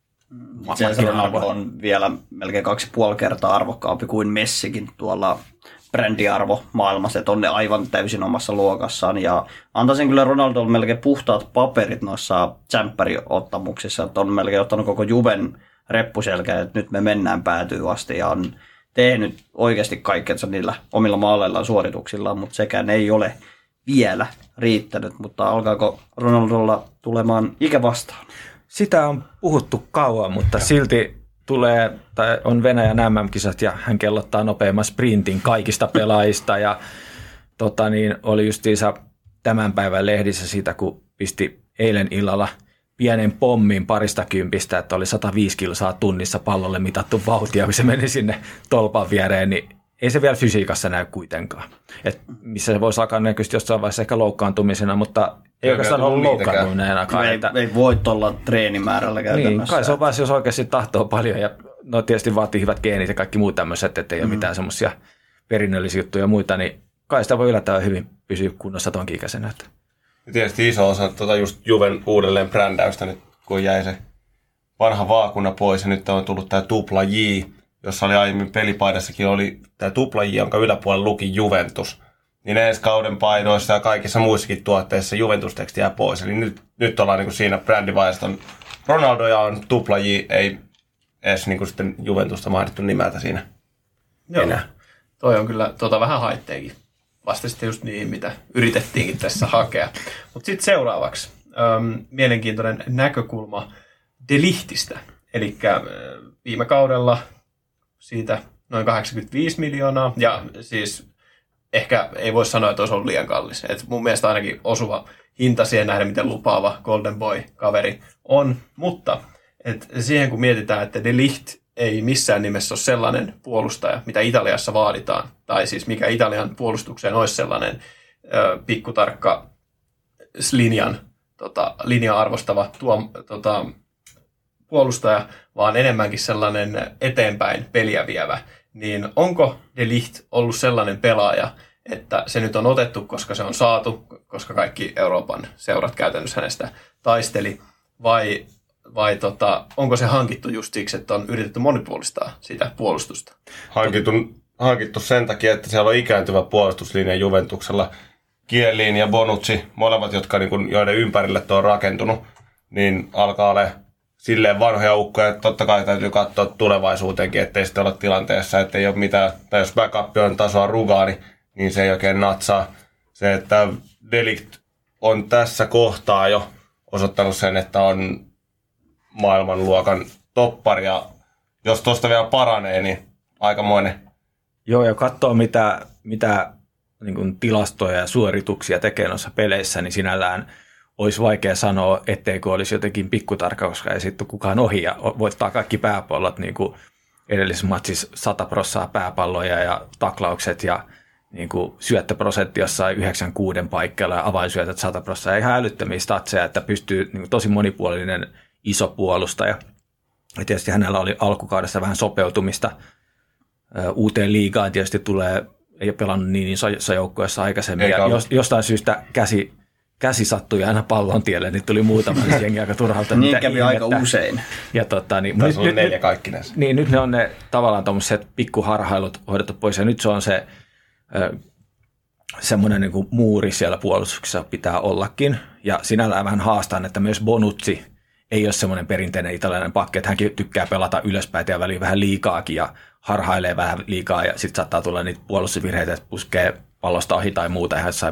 Se Ronaldo on vielä melkein kaksi puoli kertaa arvokkaampi kuin Messikin tuolla brändiarvo maailmassa, että on ne aivan täysin omassa luokassaan. Ja antaisin kyllä Ronaldolle melkein puhtaat paperit noissa tsemppäriottamuksissa, että on melkein ottanut koko Juven reppuselkään, että nyt me mennään päätyy asti ja on tehnyt oikeasti kaikkensa niillä omilla maaleillaan suorituksillaan, mutta sekään ei ole vielä riittänyt, mutta alkaako Ronaldolla tulemaan ikä vastaan? Sitä on puhuttu kauan, mutta silti tulee, tai on Venäjän M M-kisat ja hän kellottaa nopeamman sprintin kaikista pelaajista ja tota niin, oli justiinsa tämän päivän lehdissä siitä, kun pisti eilen illalla pienen pommin parista kympistä, että oli sata viisi kilsaa tunnissa pallolle mitattu vauhtia, kun se meni sinne tolpan viereen, niin ei se vielä fysiikassa näy kuitenkaan. Et missä se voisi alkaa näkyisesti jossain vaiheessa ehkä loukkaantumisena, mutta ei oikeastaan ollut loukkaantumineenakaan. Ei, ei voi tuolla treenimäärällä käytännössä. Niin, kai se on vain, jos oikeasti tahtoo paljon ja no tietysti vaatii hyvät geenit ja kaikki muut tämmöiset, ettei mm. ole mitään semmoisia perinnöllisiä juttuja ja muita, niin kai sitä voi yllättävän hyvin pysyä kunnossa tonkin ikäisenä. Ja tietysti iso osa tuota just Juven uudelleen brändäystä nyt, kun jäi se vanha vaakuna pois ja nyt on tullut tämä tupla J, jossa oli aiemmin pelipaidassakin oli tämä tupla J, jonka yläpuolella luki Juventus. Niin ensi kauden paidoissa ja kaikissa muissakin tuotteissa Juventus-teksti jää pois. Eli nyt, nyt ollaan niin kuin siinä brändivaiheessa. Ronaldo ja on tupla J, ei edes niin kuin sitten Juventusta mainittu nimeltä siinä. Joo, enää. Toi on kyllä tota, vähän haitteekin. Vastasitte just niin, mitä yritettiinkin tässä hakea. Mutta sitten seuraavaksi äm, mielenkiintoinen näkökulma De Ligtistä. Eli viime kaudella siitä noin kahdeksankymmentäviisi miljoonaa. Ja siis ehkä ei voi sanoa, että olisi ollut liian kallis. Et mun mielestä ainakin osuva hinta siihen nähdä, miten lupaava Golden Boy-kaveri on. Mutta et siihen kun mietitään, että De Ligt ei missään nimessä ole sellainen puolustaja, mitä Italiassa vaaditaan. Tai siis mikä Italian puolustukseen olisi sellainen ö, pikkutarkka linjan, tota, linja arvostava tuo, tota, puolustaja, vaan enemmänkin sellainen eteenpäin peliä vievä. Niin onko De Ligt ollut sellainen pelaaja, että se nyt on otettu, koska se on saatu, koska kaikki Euroopan seurat käytännössä hänestä taisteli, vai, vai tota, onko se hankittu just siksi, että on yritetty monipuolistaa sitä puolustusta? Hankittu, hankittu sen takia, että siellä on ikääntyvä puolustuslinja Juventuksella. Chiellini ja Bonucci, molemmat, jotka, niin kuin, joiden ympärille tuo on rakentunut, niin alkaa olla silleen vanhoja ukkoja, että totta kai täytyy katsoa tulevaisuuteenkin, ettei sitten olla tilanteessa, että ei ole mitään, tai jos backup on tasoa Rugani, niin se ei oikein natsaa. Se, että De Ligt on tässä kohtaa jo osoittanut sen, että on maailmanluokan toppari, ja jos tuosta vielä paranee, niin aikamoinen. Joo, ja katsoo mitä, mitä niin kuin tilastoja ja suorituksia tekee noissa peleissä, niin sinällään olisi vaikea sanoa, etteikö olisi jotenkin pikkutarkka, koska ei sitten kukaan ohi ja voittaa kaikki pääpallot, niin kuin edellisessä matsissa sata prosenttia pääpalloja ja taklaukset ja niin kuin syöttöprosentti jossain yhdeksänkymmentäkuusi paikalla ja avainsyötät sata prosenttia. Ihan älyttömiä statseja, että pystyy niin kuin tosi monipuolinen iso puolustaja. Ja tietysti hänellä oli alkukaudessa vähän sopeutumista uuteen liigaan. Tietysti tulee, ei ole pelannut niin isoissa joukkueissa aikaisemmin. Ja jostain syystä käsi Käsi sattui aina pallon tielle, niin tuli muutama jengi aika turhalta. Niin kävi aika usein. Ja tota, niin, nyt, nyt, neljä kaikkinensa. Niin, nyt ne on ne tavallaan tuommoiset pikkuharhailut hoidettu pois, ja nyt se on se ö, semmoinen niin kuin muuri siellä puolustuksessa pitää ollakin. Ja sinällään vähän haastan, että myös Bonucci ei ole semmoinen perinteinen italialainen pakki, että hänkin tykkää pelata ylöspäin ja väliin vähän liikaakin ja harhailee vähän liikaa, ja sitten saattaa tulla niitä puolustusvirheitä, että puskee pallosta ohi tai muuta, ja hän sai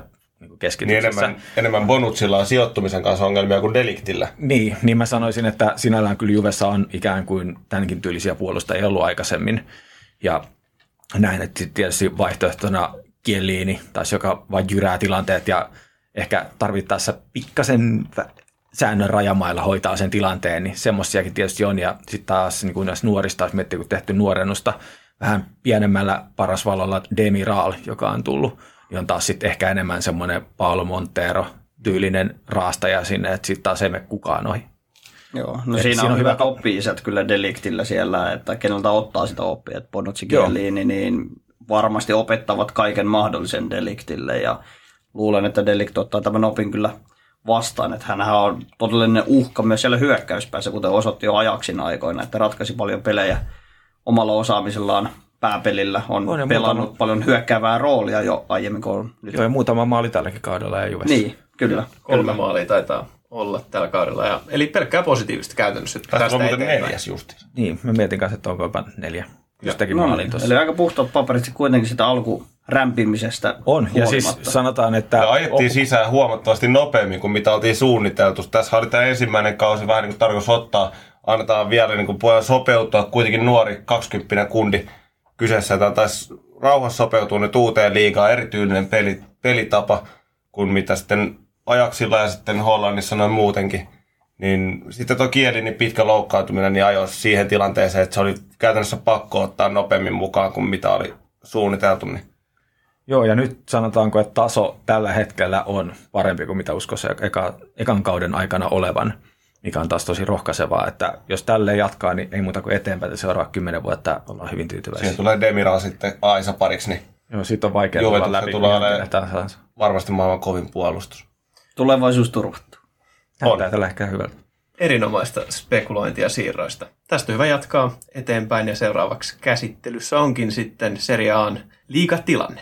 niin keskityksessä. Niin enemmän, enemmän Bonuccilla on sijoittumisen kanssa ongelmia kuin Deliktillä. Niin, niin mä sanoisin, että sinällään kyllä Juvessa on ikään kuin tämänkin tyylisiä puolustajia ollut aikaisemmin. Ja näin, että sitten tietysti vaihtoehtona Chiellini, taas joka vain jyrää tilanteet ja ehkä tarvittaessa pikkasen säännön rajamailla hoitaa sen tilanteen, niin semmoisiakin tietysti on. Ja sitten taas niin kuin näissä nuorista, jos miettii, kun tehty nuorennusta, vähän pienemmällä parasvalolla Demiral, joka on tullut, niin on taas sitten ehkä enemmän semmoinen Paolo Montero-tyylinen raastaja sinne, että sitten taas ei mene kukaan ohi. Joo, no siinä, siinä on, on hyvät oppi-isät kyllä Deliktillä siellä, että keneltä ottaa sitä oppia, että Bonucci, Chiellini, niin varmasti opettavat kaiken mahdollisen Deliktille ja luulen, että Delikt ottaa tämän opin kyllä vastaan, että hänhän on todellinen uhka myös siellä hyökkäyspäässä, kuten osoitti jo Ajaxin aikoina, että ratkaisi paljon pelejä omalla osaamisellaan pääpelillä, on, on pelannut muutama paljon hyökkäävää roolia jo aiemmin kuin nyt. Joo, ja muutama maali tälläkin kaudella ja Juvessa. Niin, kyllä. Kolme kyllä. maalia taitaa olla tällä kaudella, ja, eli pelkkää positiivista käytännössä. Tästä on muuten neljäs justi. Niin, mä mietin kanssa, että onko jopa neljä. Just teki no, maalin tuossa. Eli aika puhtaat paperit kuitenkin sitä alkurämpimisestä on, ja siis sanotaan, että... Me ajettiin op... sisään huomattavasti nopeammin kuin mitä oltiin suunniteltu. Tässä oli tämä ensimmäinen kausi vähän niin kuin tarkoitus ottaa, annetaan vielä niin kuin puolen sopeutua, kuitenkin nuori kaksikymppinen kundi kyseessä. Tämä taisi rauhassa sopeutua nyt uuteen liigaan, erityinen peli, pelitapa kuin mitä sitten Ajaxilla ja sitten Hollannissa noin muutenkin. Niin sitten tuo Chiellini pitkä loukkaantuminen niin ajoi siihen tilanteeseen, että se oli käytännössä pakko ottaa nopeammin mukaan kuin mitä oli suunniteltu. Niin. Joo, ja nyt sanotaanko, että taso tällä hetkellä on parempi kuin mitä uskoisi eka, ekan kauden aikana olevan, mikä on taas tosi rohkaisevaa, että jos tälleen jatkaa, niin ei muuta kuin eteenpäin, että seuraava kymmenen vuotta ollaan hyvin tyytyväisiä. Siihen tulee Demiral sitten Aisa pariksi, niin joo, siitä on vaikea tulla läpi. Tulee varmasti maailman kovin puolustus. Tulevaisuus turvattu. Näyttää tällä ehkä hyvältä. Erinomaista spekulointia siirroista. Tästä hyvä jatkaa eteenpäin ja seuraavaksi käsittelyssä onkin sitten Serie A:n liigatilanne.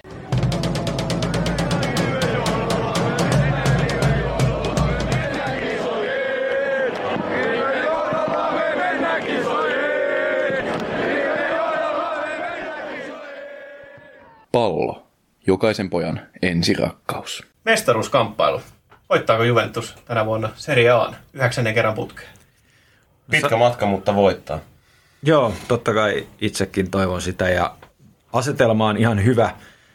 Pallo. Jokaisen pojan ensirakkaus. Mestaruuskamppailu. Voittaako Juventus tänä vuonna Serie A:n yhdeksännen kerran putkeen? Pitkä matka, mutta voittaa. Joo, totta kai itsekin toivon sitä ja asetelma on ihan hyvä.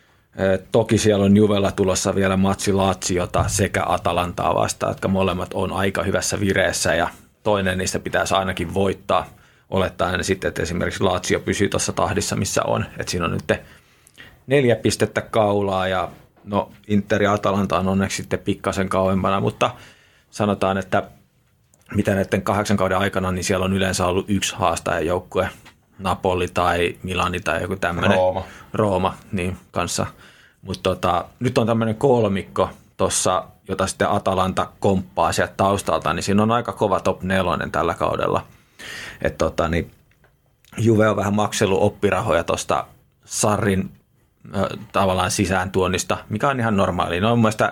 Toki siellä on Juvella tulossa vielä matsi Laziota sekä Atalantaa vastaan, jotka molemmat on aika hyvässä vireessä ja toinen niistä pitäisi ainakin voittaa. Olettaen sitten, että esimerkiksi Lazio pysyy tuossa tahdissa, missä on. Että siinä on nyt neljä pistettä kaulaa ja no Inter ja Atalanta on onneksi sitten pikkasen kauempana, mutta sanotaan, että mitä näiden kahdeksan kauden aikana, niin siellä on yleensä ollut yksi haastajajoukkue, Napoli tai Milani tai joku tämmöinen. Rooma. Rooma, niin kanssa. Mutta tota, nyt on tämmöinen kolmikko tuossa, jota sitten Atalanta komppaa sieltä taustalta, niin siinä on aika kova top nelonen tällä kaudella. Että tota, niin Juve on vähän maksellut oppirahoja tuosta Sarrin äh, tavallaan sisääntuonnista, mikä on ihan normaali. No on mielestäni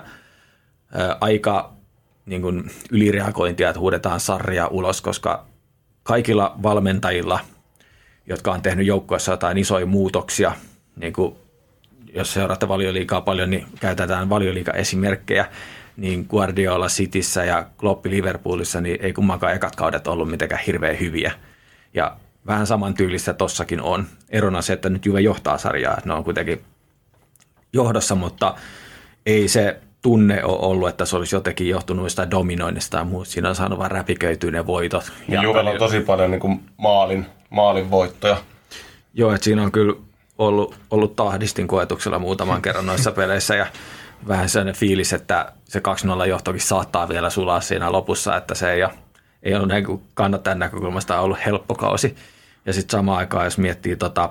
äh, aika niin kuin ylireagointia, että huudetaan Sarria ulos, koska kaikilla valmentajilla, jotka on tehnyt joukkueessa jotain isoja muutoksia, niin kuin jos seuraatte Valioliigaa paljon, niin käytetään Valioliiga-esimerkkejä, niin Guardiola Cityssä ja Kloppi Liverpoolissa, niin ei kummankaan ekat kaudet ollut mitenkään hirveän hyviä. Ja vähän samantyylistä tossakin on. Erona se, että nyt Juve johtaa sarjaa, ne on kuitenkin johdossa, mutta ei se tunne ole ollut, että se olisi jotenkin johtunut sitä dominoinnista ja muuta. Siinä on saanut vaan räpiköityä ne voitot. Ja Juvella on tosi paljon niin kuin maalin, maalin voittoja. Joo, että siinä on kyllä ollut, ollut tahdistin koetuksella muutaman kerran noissa peleissä ja vähän sellainen fiilis, että se kaksi nolla johtokin saattaa vielä sulaa siinä lopussa, että se ei ole, ei ole näin kannattajan näkökulmasta ollut helppo kausi. Ja sitten samaan aikaan, jos miettii tota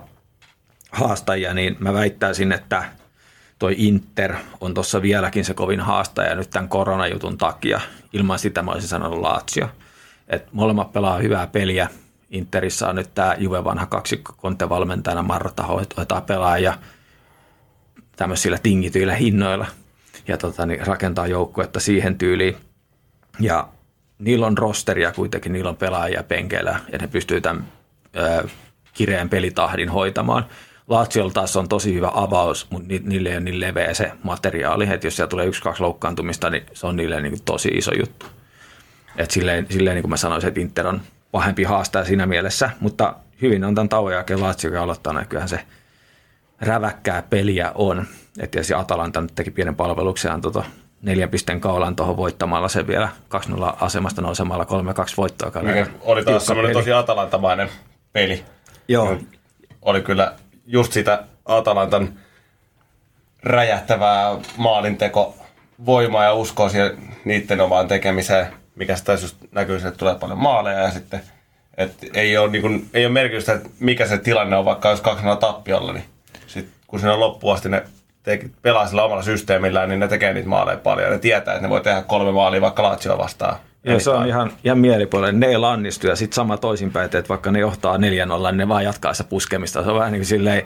haastajia, niin mä väittäisin, että toi Inter on tuossa vieläkin se kovin haastaja nyt tämän koronajutun takia. Ilman sitä mä olisin sanonut Lazio. Et molemmat pelaa hyvää peliä. Interissä on nyt tämä Juve vanha kaksikko Conte-valmentajana Marta hoitaa pelaajia tämmöisillä tingityillä hinnoilla ja tota, niin rakentaa joukkuetta siihen tyyliin. Ja niillä on rosteria kuitenkin, niillä on pelaajia penkeillä ja ne pystyy tämän ö, kireän pelitahdin hoitamaan. Laziolla taas on tosi hyvä avaus, mutta ni, niille ei ole niin leveä se materiaali, että jos siellä tulee yksi, kaksi loukkaantumista, niin se on niille niin kuin tosi iso juttu. Et silleen, silleen niin kuin mä sanoisin, että Inter on pahempi haastaja siinä mielessä, mutta hyvin on tämän tauon jälkeen Lazio aloittaa, että kyllähän se räväkkää peliä on. Et tietysti Atalanta nyt teki pienen palveluksen tota neljän pisteen kaulan tuohon voittamalla sen vielä kaksi nolla asemasta nousemalla kolme kaksi voittoa. Oli taas semmoinen tosi atalantamainen peli. Joo. Oli kyllä just sitä Atalantan räjähtävää maalinteko voimaa ja uskoa siihen niiden omaan tekemiseen, mikä sitä just näkyy, että tulee paljon maaleja ja sitten että ei ole, niin kuin, ei ole merkitystä, että mikä se tilanne on, vaikka jos kaksi nolla tappiolla, niin sit, kun siinä on loppuun asti ne te- pelaa sillä omalla systeemillään, niin ne tekee niitä maaleja paljon. Ne tietää, että ne voi tehdä kolme maalia vaikka Lazio vastaan. Ja se on ihan, ihan mielipuolinen. Ne ei lannistu ja sitten sama toisinpäin, että vaikka ne johtaa neljä nolla, niin ne vaan jatkaa sitä puskemista. Se on vähän niin kuin silleen,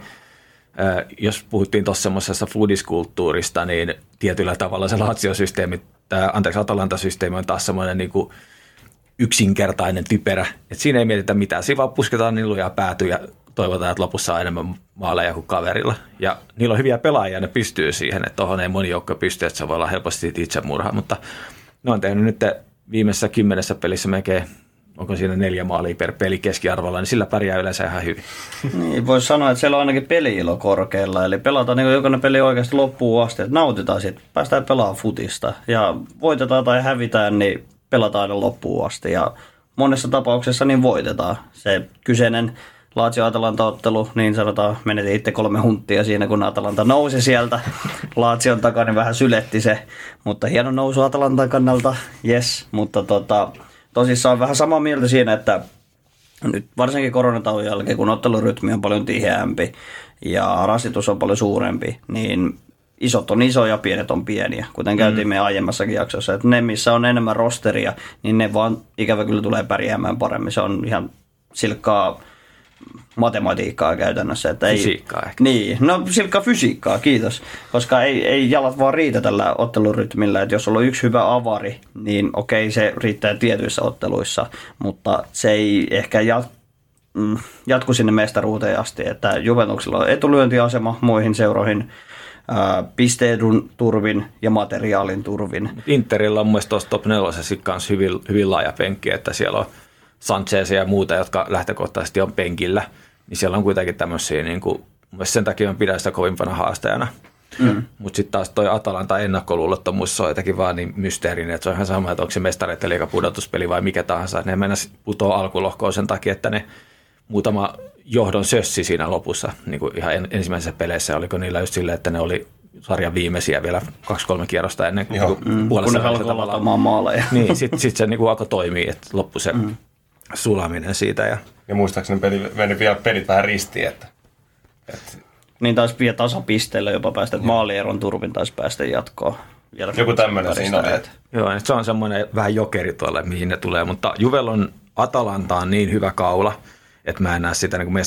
jos puhuttiin tuossa semmoisesta foodiskulttuurista, niin tietyllä tavalla se Lazio-systeemi, tämä, anteeksi, Atalanta-systeemi on taas semmoinen niin kuin yksinkertainen typerä. Et siinä ei mietitä mitään. Siinä vaan pusketaan niluja päätyy ja toivotaan, että lopussa on enemmän maaleja kuin kaverilla. Ja niillä on hyviä pelaajia, ne pystyy siihen, että tuohon ei moni joukko pysty, että se voi olla helposti itsemurha. Mutta ne on tehnyt nyt viimeisessä kymmenessä pelissä melkein, onko siinä neljä maalia per peli keskiarvolla, niin sillä pärjää yleensä ihan hyvin. Niin, voisi sanoa, että siellä on ainakin peli-ilo korkealla, eli pelataan niin jokainen peli oikeasti loppuun asti, että nautitaan siitä, päästään pelaamaan futista ja voitetaan tai hävitään, niin pelataan aina loppuun asti ja monessa tapauksessa niin voitetaan. Se kyseinen Lazio-Atalanta-ottelu, niin sanotaan, menetin itse kolme hunttia siinä, kun Atalanta nousi sieltä. Lazion takaa niin vähän syletti se, mutta hieno nousu Atalantan kannalta, yes. Mutta tota, tosissaan on vähän samaa mieltä siinä, että nyt varsinkin koronatauon jälkeen, kun ottelurytmi on paljon tiheämpi ja rasitus on paljon suurempi, niin isot on isoja, pienet on pieniä, kuten käytiin mm. meidän aiemmassakin jaksossa. Että ne, missä on enemmän rosteria, niin ne vaan ikävä kyllä tulee pärjäämään paremmin. Se on ihan silkkaa matematiikkaa käytännössä. Että ei, fysiikkaa ehkä. Niin, no silkkaa fysiikkaa, kiitos. Koska ei, ei jalat vaan riitä tällä ottelurytmillä. Että jos on yksi hyvä avari, niin okei, se riittää tietyissä otteluissa, mutta se ei ehkä jat, mm, jatku sinne mestaruuteen asti. Että Juventuksella on etulyöntiasema muihin seuroihin, ää, pisteedun turvin ja materiaalin turvin. Interillä on mun mielestä tuossa top nelosessa kanssa hyvin, hyvin laaja penkki, että siellä on Sanchez ja muuta, jotka lähtökohtaisesti on penkillä, niin siellä on kuitenkin tämmöisiä, niin kuin, sen takia mä pidän sitä kovimpana haastajana. Mm. Mutta sitten taas toi Atalanta ennakkoluulottomuus on jotenkin vaan niin mysteerinen, että se on ihan sama, että onko se mestareiden liiga pudotuspeli vai mikä tahansa. Ne mennä putoa alkulohkoon sen takia, että ne muutama johdon sössi siinä lopussa, niin kuin ihan ensimmäisessä peleissä, oliko niillä just silleen, että ne oli sarjan viimeisiä vielä kaksi-kolme kierrosta ennen kuin mm. puolessa välissä tavallaan maaleja. Niin, sitten sit se niin kuin alkoi toimia, että loppu se mm. sulaminen siitä. Ja, ja muistaakseni peli, meni vielä pelit vähän ristiin, että, että niin taisi vielä tasapisteellä jopa päästä, että maalieron turvin taisi päästä jatkoon. Joku tämmöinen siinä oli. Joo, se on semmoinen vähän jokeri tuolle, mihin ne tulee, mutta Juvel on Atalantaan niin hyvä kaula, että mä en näe sitä niin kuin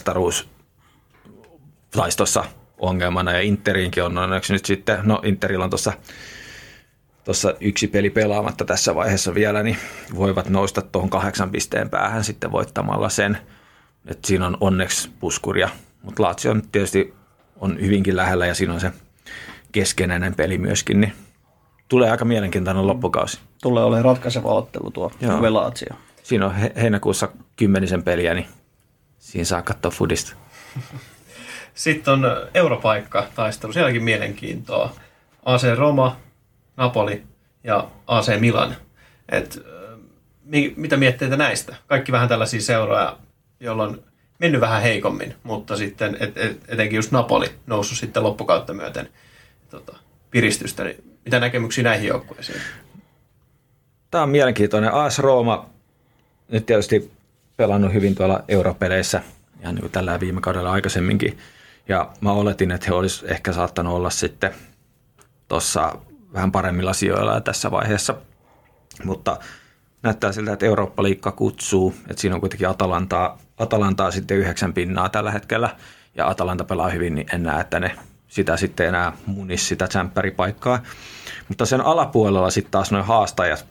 mestaruustaistossa ongelmana, ja Interiinkin on onneksi nyt sitten, no Interillä on tuossa tuossa yksi peli pelaamatta tässä vaiheessa vielä, niin voivat nousta tuohon kahdeksan pisteen päähän sitten voittamalla sen, että siinä on onneksi puskuria, mutta Lazio on tietysti on hyvinkin lähellä ja siinä on se keskeinen peli myöskin, niin tulee aika mielenkiintoinen loppukausi. Tulee olemaan ratkaiseva ottelu tuo Lazio. Siinä on heinäkuussa kymmenisen peliä, niin siinä saa katsoa fudista. Sitten on europaikka-taistelu, sielläkin mielenkiintoa. A C Roma, Napoli ja A C Milan. Et, mi, mitä mietteitä näistä? Kaikki vähän tällaisia seuroja, joilla on mennyt vähän heikommin, mutta sitten et, et, etenkin just Napoli noussut sitten loppukautta myöten tota, piristystä. Niin mitä näkemyksiä näihin joukkueisiin? Tämä on mielenkiintoinen. A S Roma nyt tietysti pelannut hyvin tuolla europeleissä, ihan niin kuin tällä viime kaudella aikaisemminkin. Ja mä oletin, että he olisi ehkä saattanut olla sitten tuossa vähän paremmilla sijoilla tässä vaiheessa. Mutta näyttää siltä, että Eurooppa-liigka kutsuu, että siinä on kuitenkin Atalantaa, Atalantaa sitten yhdeksän pinnaa tällä hetkellä. Ja Atalanta pelaa hyvin, niin en näe, että ne sitä sitten enää munisi sitä tsemppäripaikkaa. Mutta sen alapuolella sitten taas noin haastajat,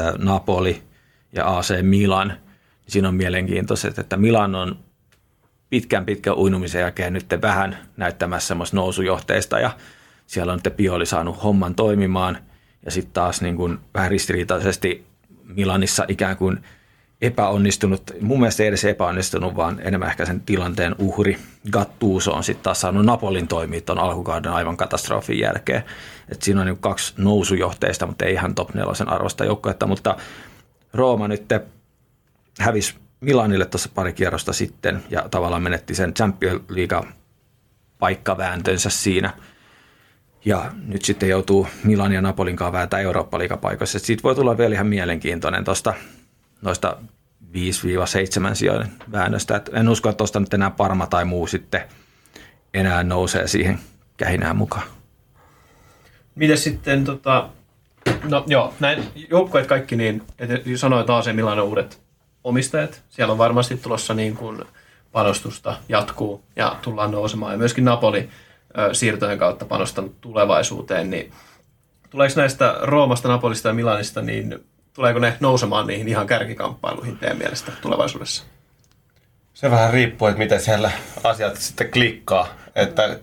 Napoli ja A C Milan, siinä on mielenkiintoiset, että Milan on pitkän pitkän uinumisen jälkeen nyt vähän näyttämässä semmoista nousujohteista ja siellä on nyt Pioli saanut homman toimimaan ja sitten taas niin kuin vähän ristiriitaisesti Milanissa ikään kuin epäonnistunut, mun mielestä ei edes epäonnistunut, vaan enemmän ehkä sen tilanteen uhri. Gattuso on sitten taas saanut Napolin toimia tuon alkukauden aivan katastrofin jälkeen. Et siinä on niin kaksi nousujohteista, mutta ei ihan top nelosen arvosta joukkuetta, mutta Rooma nyt hävisi Milanille tuossa pari kierrosta sitten ja tavallaan menetti sen Champions League paikkavääntönsä siinä. Ja nyt sitten joutuu Milan ja Napolin kanssa vääntää Eurooppa-liigapaikoissa. Siitä voi tulla vielä ihan mielenkiintoinen tuosta noista viisi seitsemän sijoiden väännöstä. Et en usko, että tuosta nyt enää Parma tai muu sitten enää nousee siihen kähinään mukaan. Miten sitten, tota, no joo, näin joukkueet kaikki, niin sanoit taas Milanon uudet omistajat. Siellä on varmasti tulossa niin kuin panostusta jatkuu ja tullaan nousemaan. Ja myöskin Napoli ö, siirtojen kautta panostanut tulevaisuuteen. Niin tuleeko näistä Roomasta, Napolista ja Milanista, niin tuleeko ne nousemaan niihin ihan kärkikamppailuihin teidän mielestä tulevaisuudessa? Se vähän riippuu, että miten siellä asiat sitten klikkaa. Että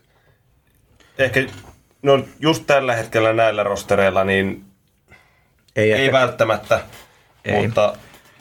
ehkä no just tällä hetkellä näillä rostereilla niin ei, ei välttämättä, ei. Mutta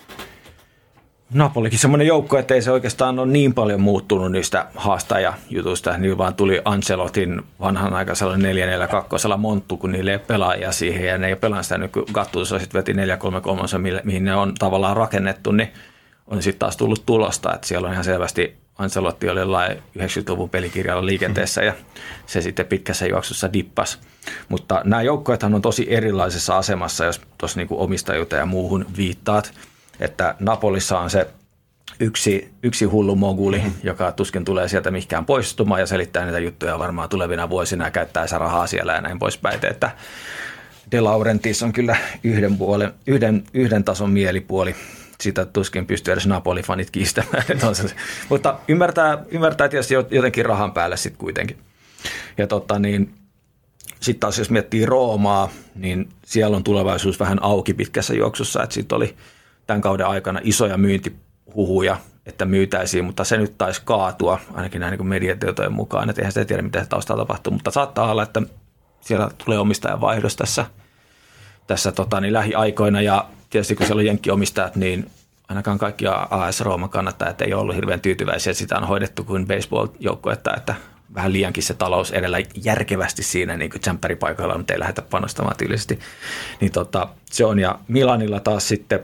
Napolikin semmoinen joukko, että ei se oikeastaan ole niin paljon muuttunut niistä haastajajutuista. Niin vaan tuli Ancelotin vanhan aikaisella neljä neljä kaksi monttu, kun niille ei pelaajia siihen. Ja ne ei pelaa sitä nyt, kun Gattuso sitten veti neljä kolme kolme, mihin ne on tavallaan rakennettu, niin on sitten taas tullut tulosta. Että siellä on ihan selvästi Ancelotti oli jollain yhdeksänkymmentäluvun pelikirjalla liikenteessä ja se sitten pitkässä juoksussa dippasi. Mutta nämä joukkueethan on tosi erilaisessa asemassa, jos tuossa niinku omistajuuteen ja muuhun viittaat. Että Napolissa on se yksi, yksi hullu moguli, mm-hmm. joka tuskin tulee sieltä mihinkään poistumaan ja selittää niitä juttuja varmaan tulevina vuosina ja käyttää se rahaa siellä ja näin poispäin. Että De Laurentiis on kyllä yhden, puolen, yhden, yhden tason mielipuoli. Sitä tuskin pystyy edes Napoli-fanit kiistämään. Mutta ymmärtää, ymmärtää tietysti jotenkin rahan päälle sitten kuitenkin. Ja tota niin, sitten taas jos miettii Roomaa, niin siellä on tulevaisuus vähän auki pitkässä juoksussa. Että sitten oli tämän kauden aikana isoja myyntihuhuja, että myytäisiin, mutta se nyt taisi kaatua, ainakin näin niin mediatietojen mukaan. Että eihän sitä tiedä, mitä se taustalla tapahtuu, mutta saattaa olla, että siellä tulee omistajan vaihdos tässä, tässä tota, niin lähiaikoina. Ja tietysti kun siellä on jenkkiomistajat, niin ainakaan kaikki A S Rooman kannattajat ei ole ollut hirveän tyytyväisiä, että sitä on hoidettu kuin baseball-joukkuetta, että vähän liiankin se talous edellä järkevästi siinä niin kuin tsemppäripaikoilla, mutta ei lähdetä panostamaan tyylisesti. Niin tota, se on, ja Milanilla taas sitten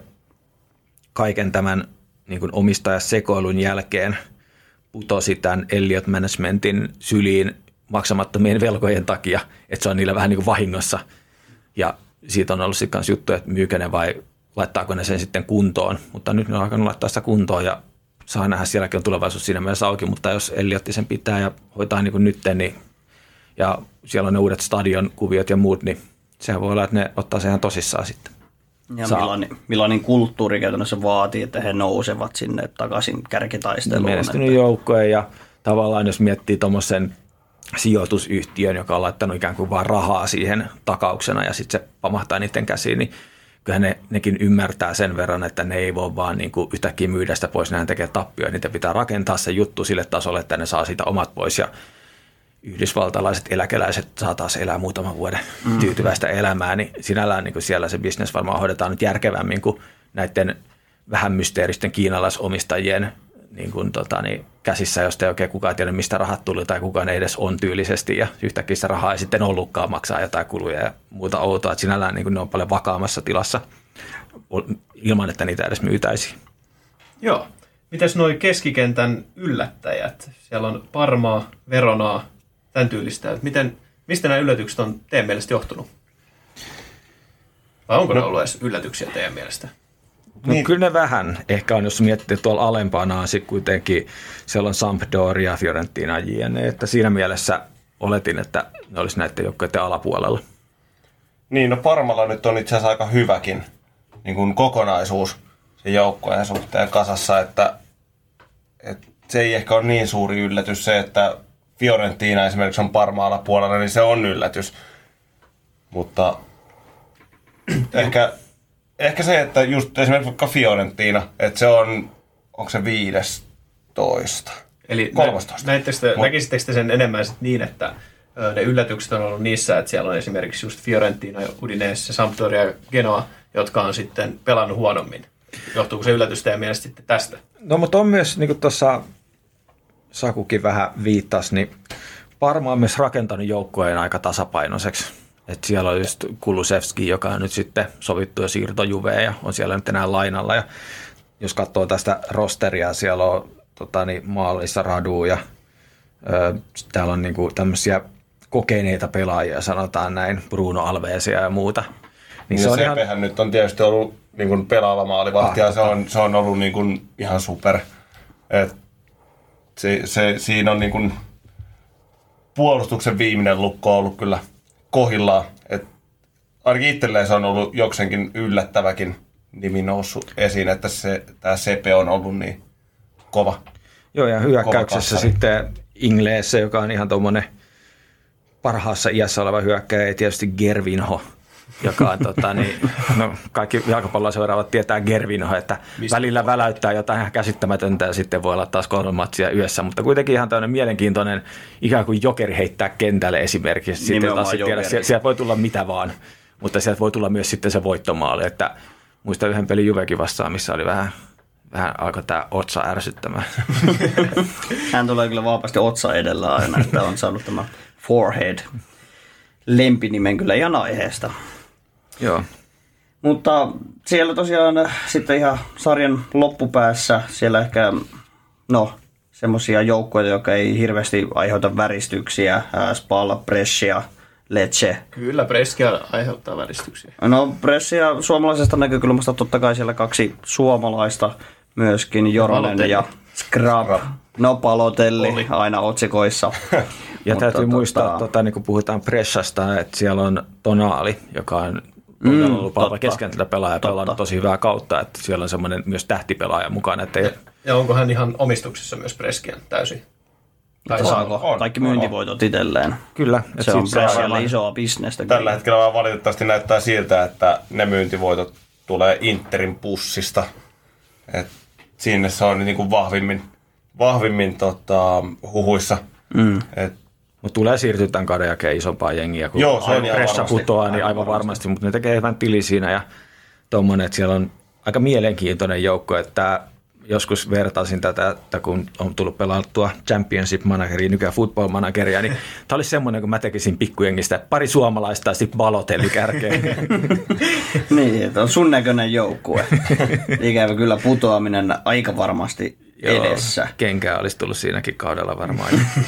kaiken tämän niin kuin omistajasekoilun jälkeen putosi tämän Elliott Managementin syliin maksamattomien velkojen takia, että se on niillä vähän niin kuin vahingossa. Ja siitä on ollut sitten myös juttu, että myykö ne vai laittaako ne sen sitten kuntoon. Mutta nyt ne on alkanut laittaa sitä kuntoon ja saa nähdä, sielläkin on tulevaisuus siinä mielessä auki. Mutta jos Elliott sen pitää ja hoitaa niin kuin nytten, niin, ja siellä on ne uudet stadion kuviot ja muut, niin sehän voi olla, että ne ottaa sen ihan tosissaan sitten. Ja Milanin, Milanin kulttuuri käytännössä vaatii, että he nousevat sinne takaisin kärkitaisteluun. Menestynyt joukkoja ja tavallaan jos miettii tuommoisen sijoitusyhtiön, joka on laittanut ikään kuin vaan rahaa siihen takauksena ja sitten se pamahtaa niiden käsiin, niin kyllähän ne, nekin ymmärtää sen verran, että ne ei voi vaan niin kuin yhtäkkiä myydä sitä pois, nehän tekee tappioja. Niitä pitää rakentaa se juttu sille tasolle, että ne saa siitä omat pois ja yhdysvaltalaiset eläkeläiset saa taas elää muutaman vuoden mm. tyytyväistä elämää, niin sinällään niin kuin siellä se business varmaan hoidetaan nyt järkevämmin kuin näiden vähän mysteeristen kiinalaisomistajien niin kuin, tota, niin, käsissä, josta ei oikein kukaan tiedä, mistä rahat tuli tai kukaan ei edes on tyylisesti ja yhtäkkiä se rahaa ei sitten ollutkaan maksaa jotain kuluja ja muuta outoa, että sinällään niin kuin ne on paljon vakaammassa tilassa ilman, että niitä edes myytäisiin. Joo. Mites noi keskikentän yllättäjät? Siellä on Parmaa, Veronaa, tämän tyylistä. Miten, mistä nämä yllätykset on teidän mielestä johtunut? Vai onko no. ne ollut edes yllätyksiä teidän mielestä? No, niin. Kyllä ne vähän ehkä on, jos miettii tuolla alempana on sitten kuitenkin siellä on Sampdoria, Fiorentina, jne. Että siinä mielessä oletin, että ne olisi näiden joukkoiden alapuolella. Niin, no Parmalla nyt on itse asiassa aika hyväkin niin kuin kokonaisuus sen joukkojen suhteen kasassa, että, että se ei ehkä ole niin suuri yllätys se, että Fiorentina esimerkiksi on Parma alapuolella, niin se on yllätys. Mutta ehkä, ehkä se, että just esimerkiksi vaikka Fiorentina, että se on, onko se viides kolmetoista. Eli kolmetoista. Näittekö, näkisittekö te sen enemmän sit niin, että ne yllätykset on ollut niissä, että siellä on esimerkiksi just Fiorentina, Udinese, Sampdoria ja Genoa, jotka on sitten pelannut huonommin? Johtuuko se yllätys teidän mielestä sitten tästä? No, mutta on myös, niin kuin tuossa Sakukin vähän viittasi, niin Parma on myös rakentanut joukkueen aika tasapainoiseksi. Että siellä on just Kulusevski, joka on nyt sitten sovittu jo siirto Juveen ja on siellä nyt enää lainalla. Ja jos katsoo tästä rosteria, siellä on tota, niin, maalissa Radu ja ö, täällä on niinku tämmöisiä kokeneita pelaajia, sanotaan näin, Bruno Alvesia ja muuta. Niin ja se Sepehän ihan... nyt on tietysti ollut niin kuin pelaava maalivahti ah, ja se on, se on ollut niin kuin ihan super. Et se, se, siinä on niin kuin puolustuksen viimeinen lukko on ollut kyllä kohillaan. Et ainakin itselleen se on ollut jokseenkin yllättäväkin nimi noussut esiin, että se, tämä Sepe on ollut niin kova. Joo, ja hyökkäyksessä sitten Ingleessä, joka on ihan tuommoinen parhaassa iässä oleva hyökkäjä, ja tietysti Gervinho, joka on, tota, niin, no, kaikki jalkapalloa seuraavat tietää Gervinho, että Mistä välillä on? Väläyttää jotain ihan käsittämätöntä ja sitten voi olla taas kolme matsia yössä, mutta kuitenkin ihan tämmöinen mielenkiintoinen ikään kuin jokeri heittää kentälle esimerkiksi. Sitten taas tiedä, sieltä voi tulla mitä vaan, mutta sieltä voi tulla myös sitten se voittomaali, että muistan yhden pelin Juvekin vastaan, missä oli vähän, vähän alkoi tämä otsa ärsyttämään. Hän tulee kyllä vaapasti otsa edellä aina, että on saanut tämä forehead lempinimen kyllä ihan aiheesta. Joo. Mutta siellä tosiaan sitten ihan sarjan loppupäässä siellä ehkä, no, semmoisia joukkoja, jotka ei hirveästi aiheuta väristyksiä, Spal, Brescia, Lecce. Kyllä, Brescia aiheuttaa väristyksiä. No, Brescia suomalaisesta näkökulmasta totta kai siellä kaksi suomalaista myöskin, Joronen ja Skrab. No, Palotelli oli aina otsikoissa. Ja täytyy tota, muistaa, tota, niin kun puhutaan Bresciasta, että siellä on Tonali, joka on todella mm, lupaava keskentältä pelaaja, pelannut tosi hyvää kautta, että siellä on semmoinen myös tähtipelaaja mukana. Että ei... Ja onko hän ihan omistuksessa myös Brescian täysin? Tai saako on, kaikki myyntivoitot on itselleen? Kyllä. Se on Brescialle isoa bisnestä. Tällä hetkellä vaan valitettavasti näyttää siltä, että ne myyntivoitot tulee Interin pussista. Et sinne se on niin kuin vahvimmin, vahvimmin tota, huhuissa. Mm. Et mutta tulee siirtyä tämän kauden jälkeen isompaa jengiä, kun Joo, Brescia putoaa, niin aivan varmasti, mutta ne tekee hyvän tili siinä ja tuommoinen, että siellä on aika mielenkiintoinen joukko, että joskus vertaisin tätä, että kun on tullut pelattua Championship Manageria, nykyään Football Manageria, niin tämä olisi semmoinen, kun mä tekisin pikkujengistä pari suomalaista ja sitten Balotelli kärkeen. Niin, että on sun näköinen joukkue. Ikävä kyllä putoaminen aika varmasti edessä. Joo, kenkää olisi tullut siinäkin kaudella varmaan.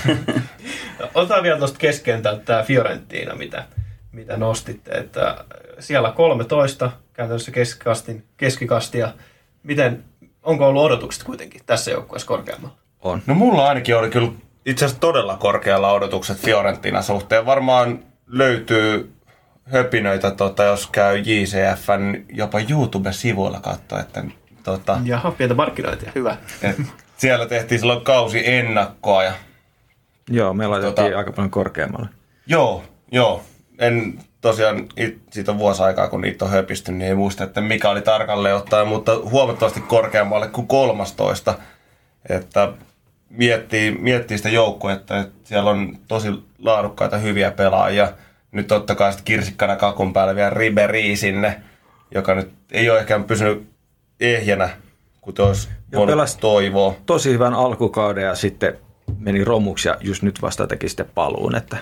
Otetaan vielä tuosta kesken tämä Fiorentina, mitä, mitä nostitte. Että siellä kolmetoista käytännössä keskikastin, keskikastia. Miten, onko ollut odotukset kuitenkin tässä joukkueessa korkeammalla? On. No mulla ainakin oli kyllä itse asiassa todella korkealla odotukset Fiorentina suhteen. Varmaan löytyy höpinöitä, tota, jos käy J C F:n jopa YouTube-sivuilla katsoa, että Tota, Jaha, pientä markkinointia, hyvä. Siellä tehtiin silloin kausi ennakkoa. Ja, joo, me laitettiin tota, aika paljon korkeammalle. Joo, joo. En tosiaan, it, siitä on vuosi aikaa, kun niitä on höpistynyt, niin ei muista, että mikä oli tarkalleen ottaen, mutta huomattavasti korkeammalle kuin kolmastoista. Että miettii, miettii sitä joukkuetta, että siellä on tosi laadukkaita, hyviä pelaajia. Nyt totta kai sitten kirsikkana kakun päälle vielä Ribéry sinne, joka nyt ei ole ehkä pysynyt ehjänä, kuten olisi voinut toivoa. Tosi hyvän alkukauden ja sitten meni romuksi ja just nyt vasta teki sitten paluun. Että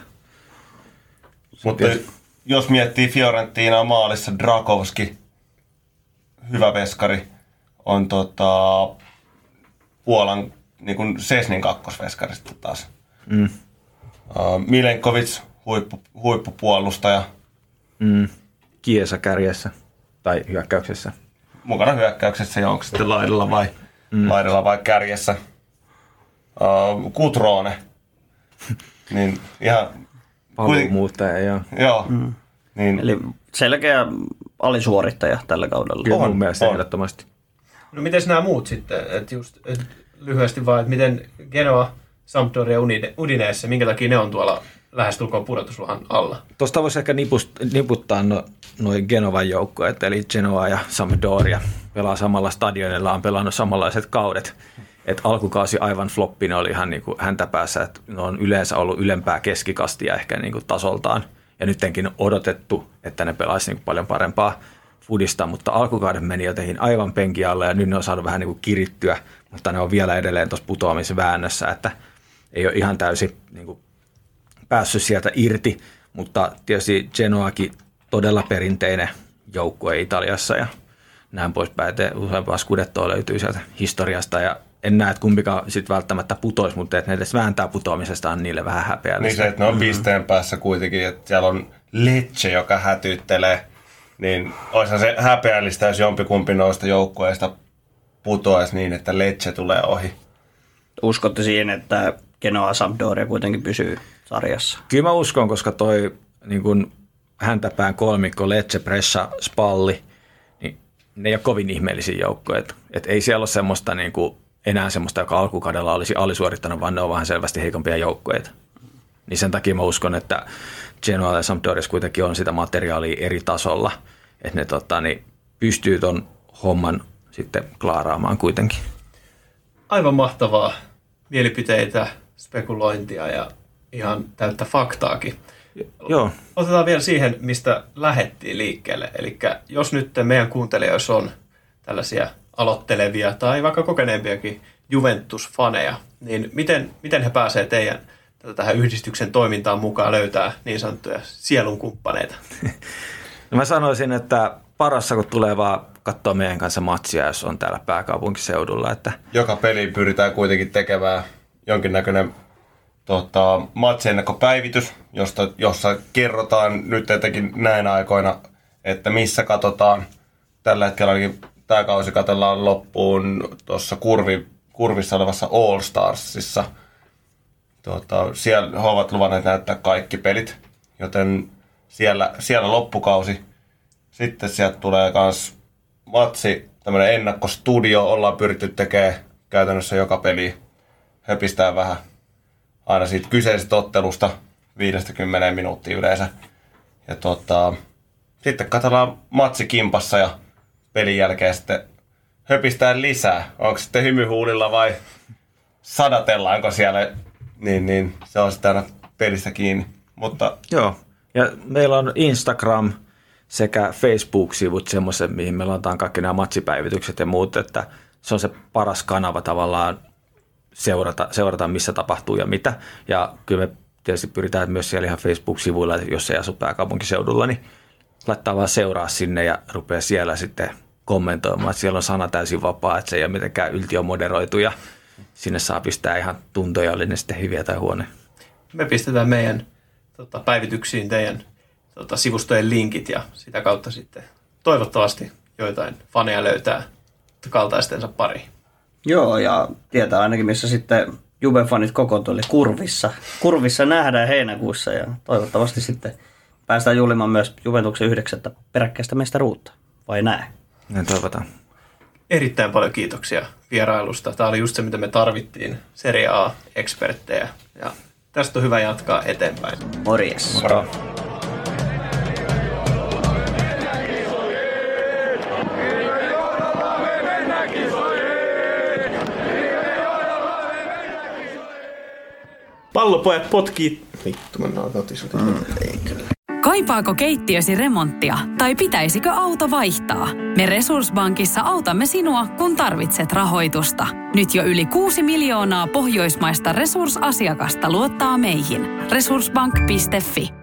mutta pitäisi... jos miettii Fiorentinaa maalissa, Drakovski, hyvä veskari, on tota, Puolan niin kuin Sesnin kakkosveskari sitten taas. Mm. Uh, Milenkovic, huippu, huippupuolustaja. Mm. Kiesa kärjessä tai hyökkäyksessä. Mukana hyökkäyksessä ja onko sitten laidalla vai, mm. laidalla vai kärjessä. Uh, Kutrone. niin ihan... Paluumuuttaja, joo. Joo. Mm. Niin. Eli selkeä alisuorittaja tällä kaudella. Kyllä on, mun mielestä ehdottomasti. No miten nämä muut sitten? Et just, et lyhyesti vaan, että miten Genoa, Sampdoria ja Udinese, minkä takia ne on tuolla lähestulkoon pudotusluhan alla? Tuosta voisi ehkä nipust, niputtaa no, noin Genovan joukkoja, eli Genoa ja Sampdoria pelaa samalla stadionilla, on pelannut samanlaiset kaudet. Et alkukausi aivan floppi, ne oli ihan niin kuin häntä päässä, että ne on yleensä ollut ylempää keskikastia ehkä niin kuin tasoltaan. Ja nyttenkin on odotettu, että ne pelaisi niin kuin paljon parempaa fudista, mutta alkukauden meni jotenkin aivan penkin alle ja nyt ne on saanut vähän niin kuin kirittyä, mutta ne on vielä edelleen tuossa putoamisväännössä, että ei ole ihan täysin niin kuin päässyt sieltä irti, mutta tietysti Genoakin todella perinteinen joukkue Italiassa ja näin poispäin, että useampaa skudettoa löytyy sieltä historiasta ja en näe, että kumpikaan sitten välttämättä putoisi, mutta että ne edes vääntää putoamisesta on niille vähän häpeällistä. Niin se, että ne on pisteen päässä kuitenkin, että siellä on Lecce, joka hätyttelee, niin olisihan se häpeällistä, jos jompikumpi noista joukkueista putoaisi niin, että Lecce tulee ohi. Uskotte siihen, että Genoa Sampdoria kuitenkin pysyy sarjassa? Kyllä mä uskon, koska toi niin kun häntäpään kolmikko Lecce, Brescia, Spalli, niin ne ei ole kovin ihmeellisiä joukkoja. Et, et ei siellä ole semmoista niin kuin enää semmoista, joka alkukaudella olisi alisuorittanut, vaan ne on vähän selvästi heikompia joukkoja. Niin sen takia mä uskon, että Genoa ja Sampdoria kuitenkin on sitä materiaalia eri tasolla, että ne tota, niin pystyy ton homman sitten klaaraamaan kuitenkin. Aivan mahtavaa mielipiteitä, spekulointia ja ihan täyttä faktaakin. Joo. Otetaan vielä siihen, mistä lähdettiin liikkeelle. Eli jos nyt meidän kuuntelijoissa on tällaisia aloittelevia tai vaikka kokeneempiakin Juventus-faneja, niin miten, miten he pääsevät teidän tähän yhdistyksen toimintaan mukaan löytää niin sanottuja sielunkumppaneita? No mä sanoisin, että parassa kun tulee vaan katsoa meidän kanssa matsia, jos on täällä pääkaupunkiseudulla. Että joka peliin pyritään kuitenkin tekemään jonkinnäköinen tota, matsiennakkopäivitys, josta, jossa kerrotaan nyt etenkin näin aikoina, että missä katsotaan. Tällä hetkellä ainakin tämä kausi katsellaan loppuun tuossa kurvi, kurvissa olevassa All Starsissa. Tota, siellä he ovat luvanneet näyttää kaikki pelit, joten siellä, siellä loppukausi. Sitten sieltä tulee myös matsi, tämmöinen ennakkostudio, ollaan pyritty tekemään käytännössä joka peli. Höpistää vähän aina siitä kyseisestä ottelusta viisikymmentä minuuttia yleensä. Ja tota, sitten katsellaan matsi kimpassa ja pelin jälkeen sitten höpistää lisää. Onko sitten hymyhuulilla vai sadatellaanko siellä, niin, niin se on sitten aina pelistä kiinni. Mutta joo, ja meillä on Instagram sekä Facebook-sivut semmoiset, mihin me laitetaan kaikki nämä matsipäivitykset ja muut, että se on se paras kanava tavallaan seurata, seurata missä tapahtuu ja mitä. Ja kyllä me tietysti pyritään myös siellä ihan Facebook-sivuilla, jos ei asu pääkaupunkiseudulla, niin laittaa vaan seuraa sinne ja rupeaa siellä sitten kommentoimaan, että siellä on sana täysin vapaa, että se ei ole mitenkään yltiömoderoitu ja sinne saa pistää ihan tuntoja, oli ne sitten hyviä tai huonoja. Me pistetään meidän tota, päivityksiin teidän tota, sivustojen linkit ja sitä kautta sitten toivottavasti joitain faneja löytää kaltaistensa pariin. Joo, ja tietää ainakin, missä sitten Juve-fanit kokoontuu, eli Kurvissa. Kurvissa nähdään heinäkuussa ja toivottavasti sitten päästään juhlimaan myös Juventuksen yhdeksättä peräkkäistä mestaruutta. Vai näin? Näin toivotaan. Erittäin paljon kiitoksia vierailusta. Tämä oli just se, mitä me tarvittiin. Serie A-eksperttejä. Ja tästä on hyvä jatkaa eteenpäin. Morjes. Moro. Pallopojat potkii... Vittu, mennään kotisoti. Mm, Kaipaako keittiösi remonttia tai pitäisikö auto vaihtaa? Me Resurssbankissa autamme sinua, kun tarvitset rahoitusta. Nyt jo yli kuusi miljoonaa pohjoismaista resursasiakasta luottaa meihin. resurssbank piste fi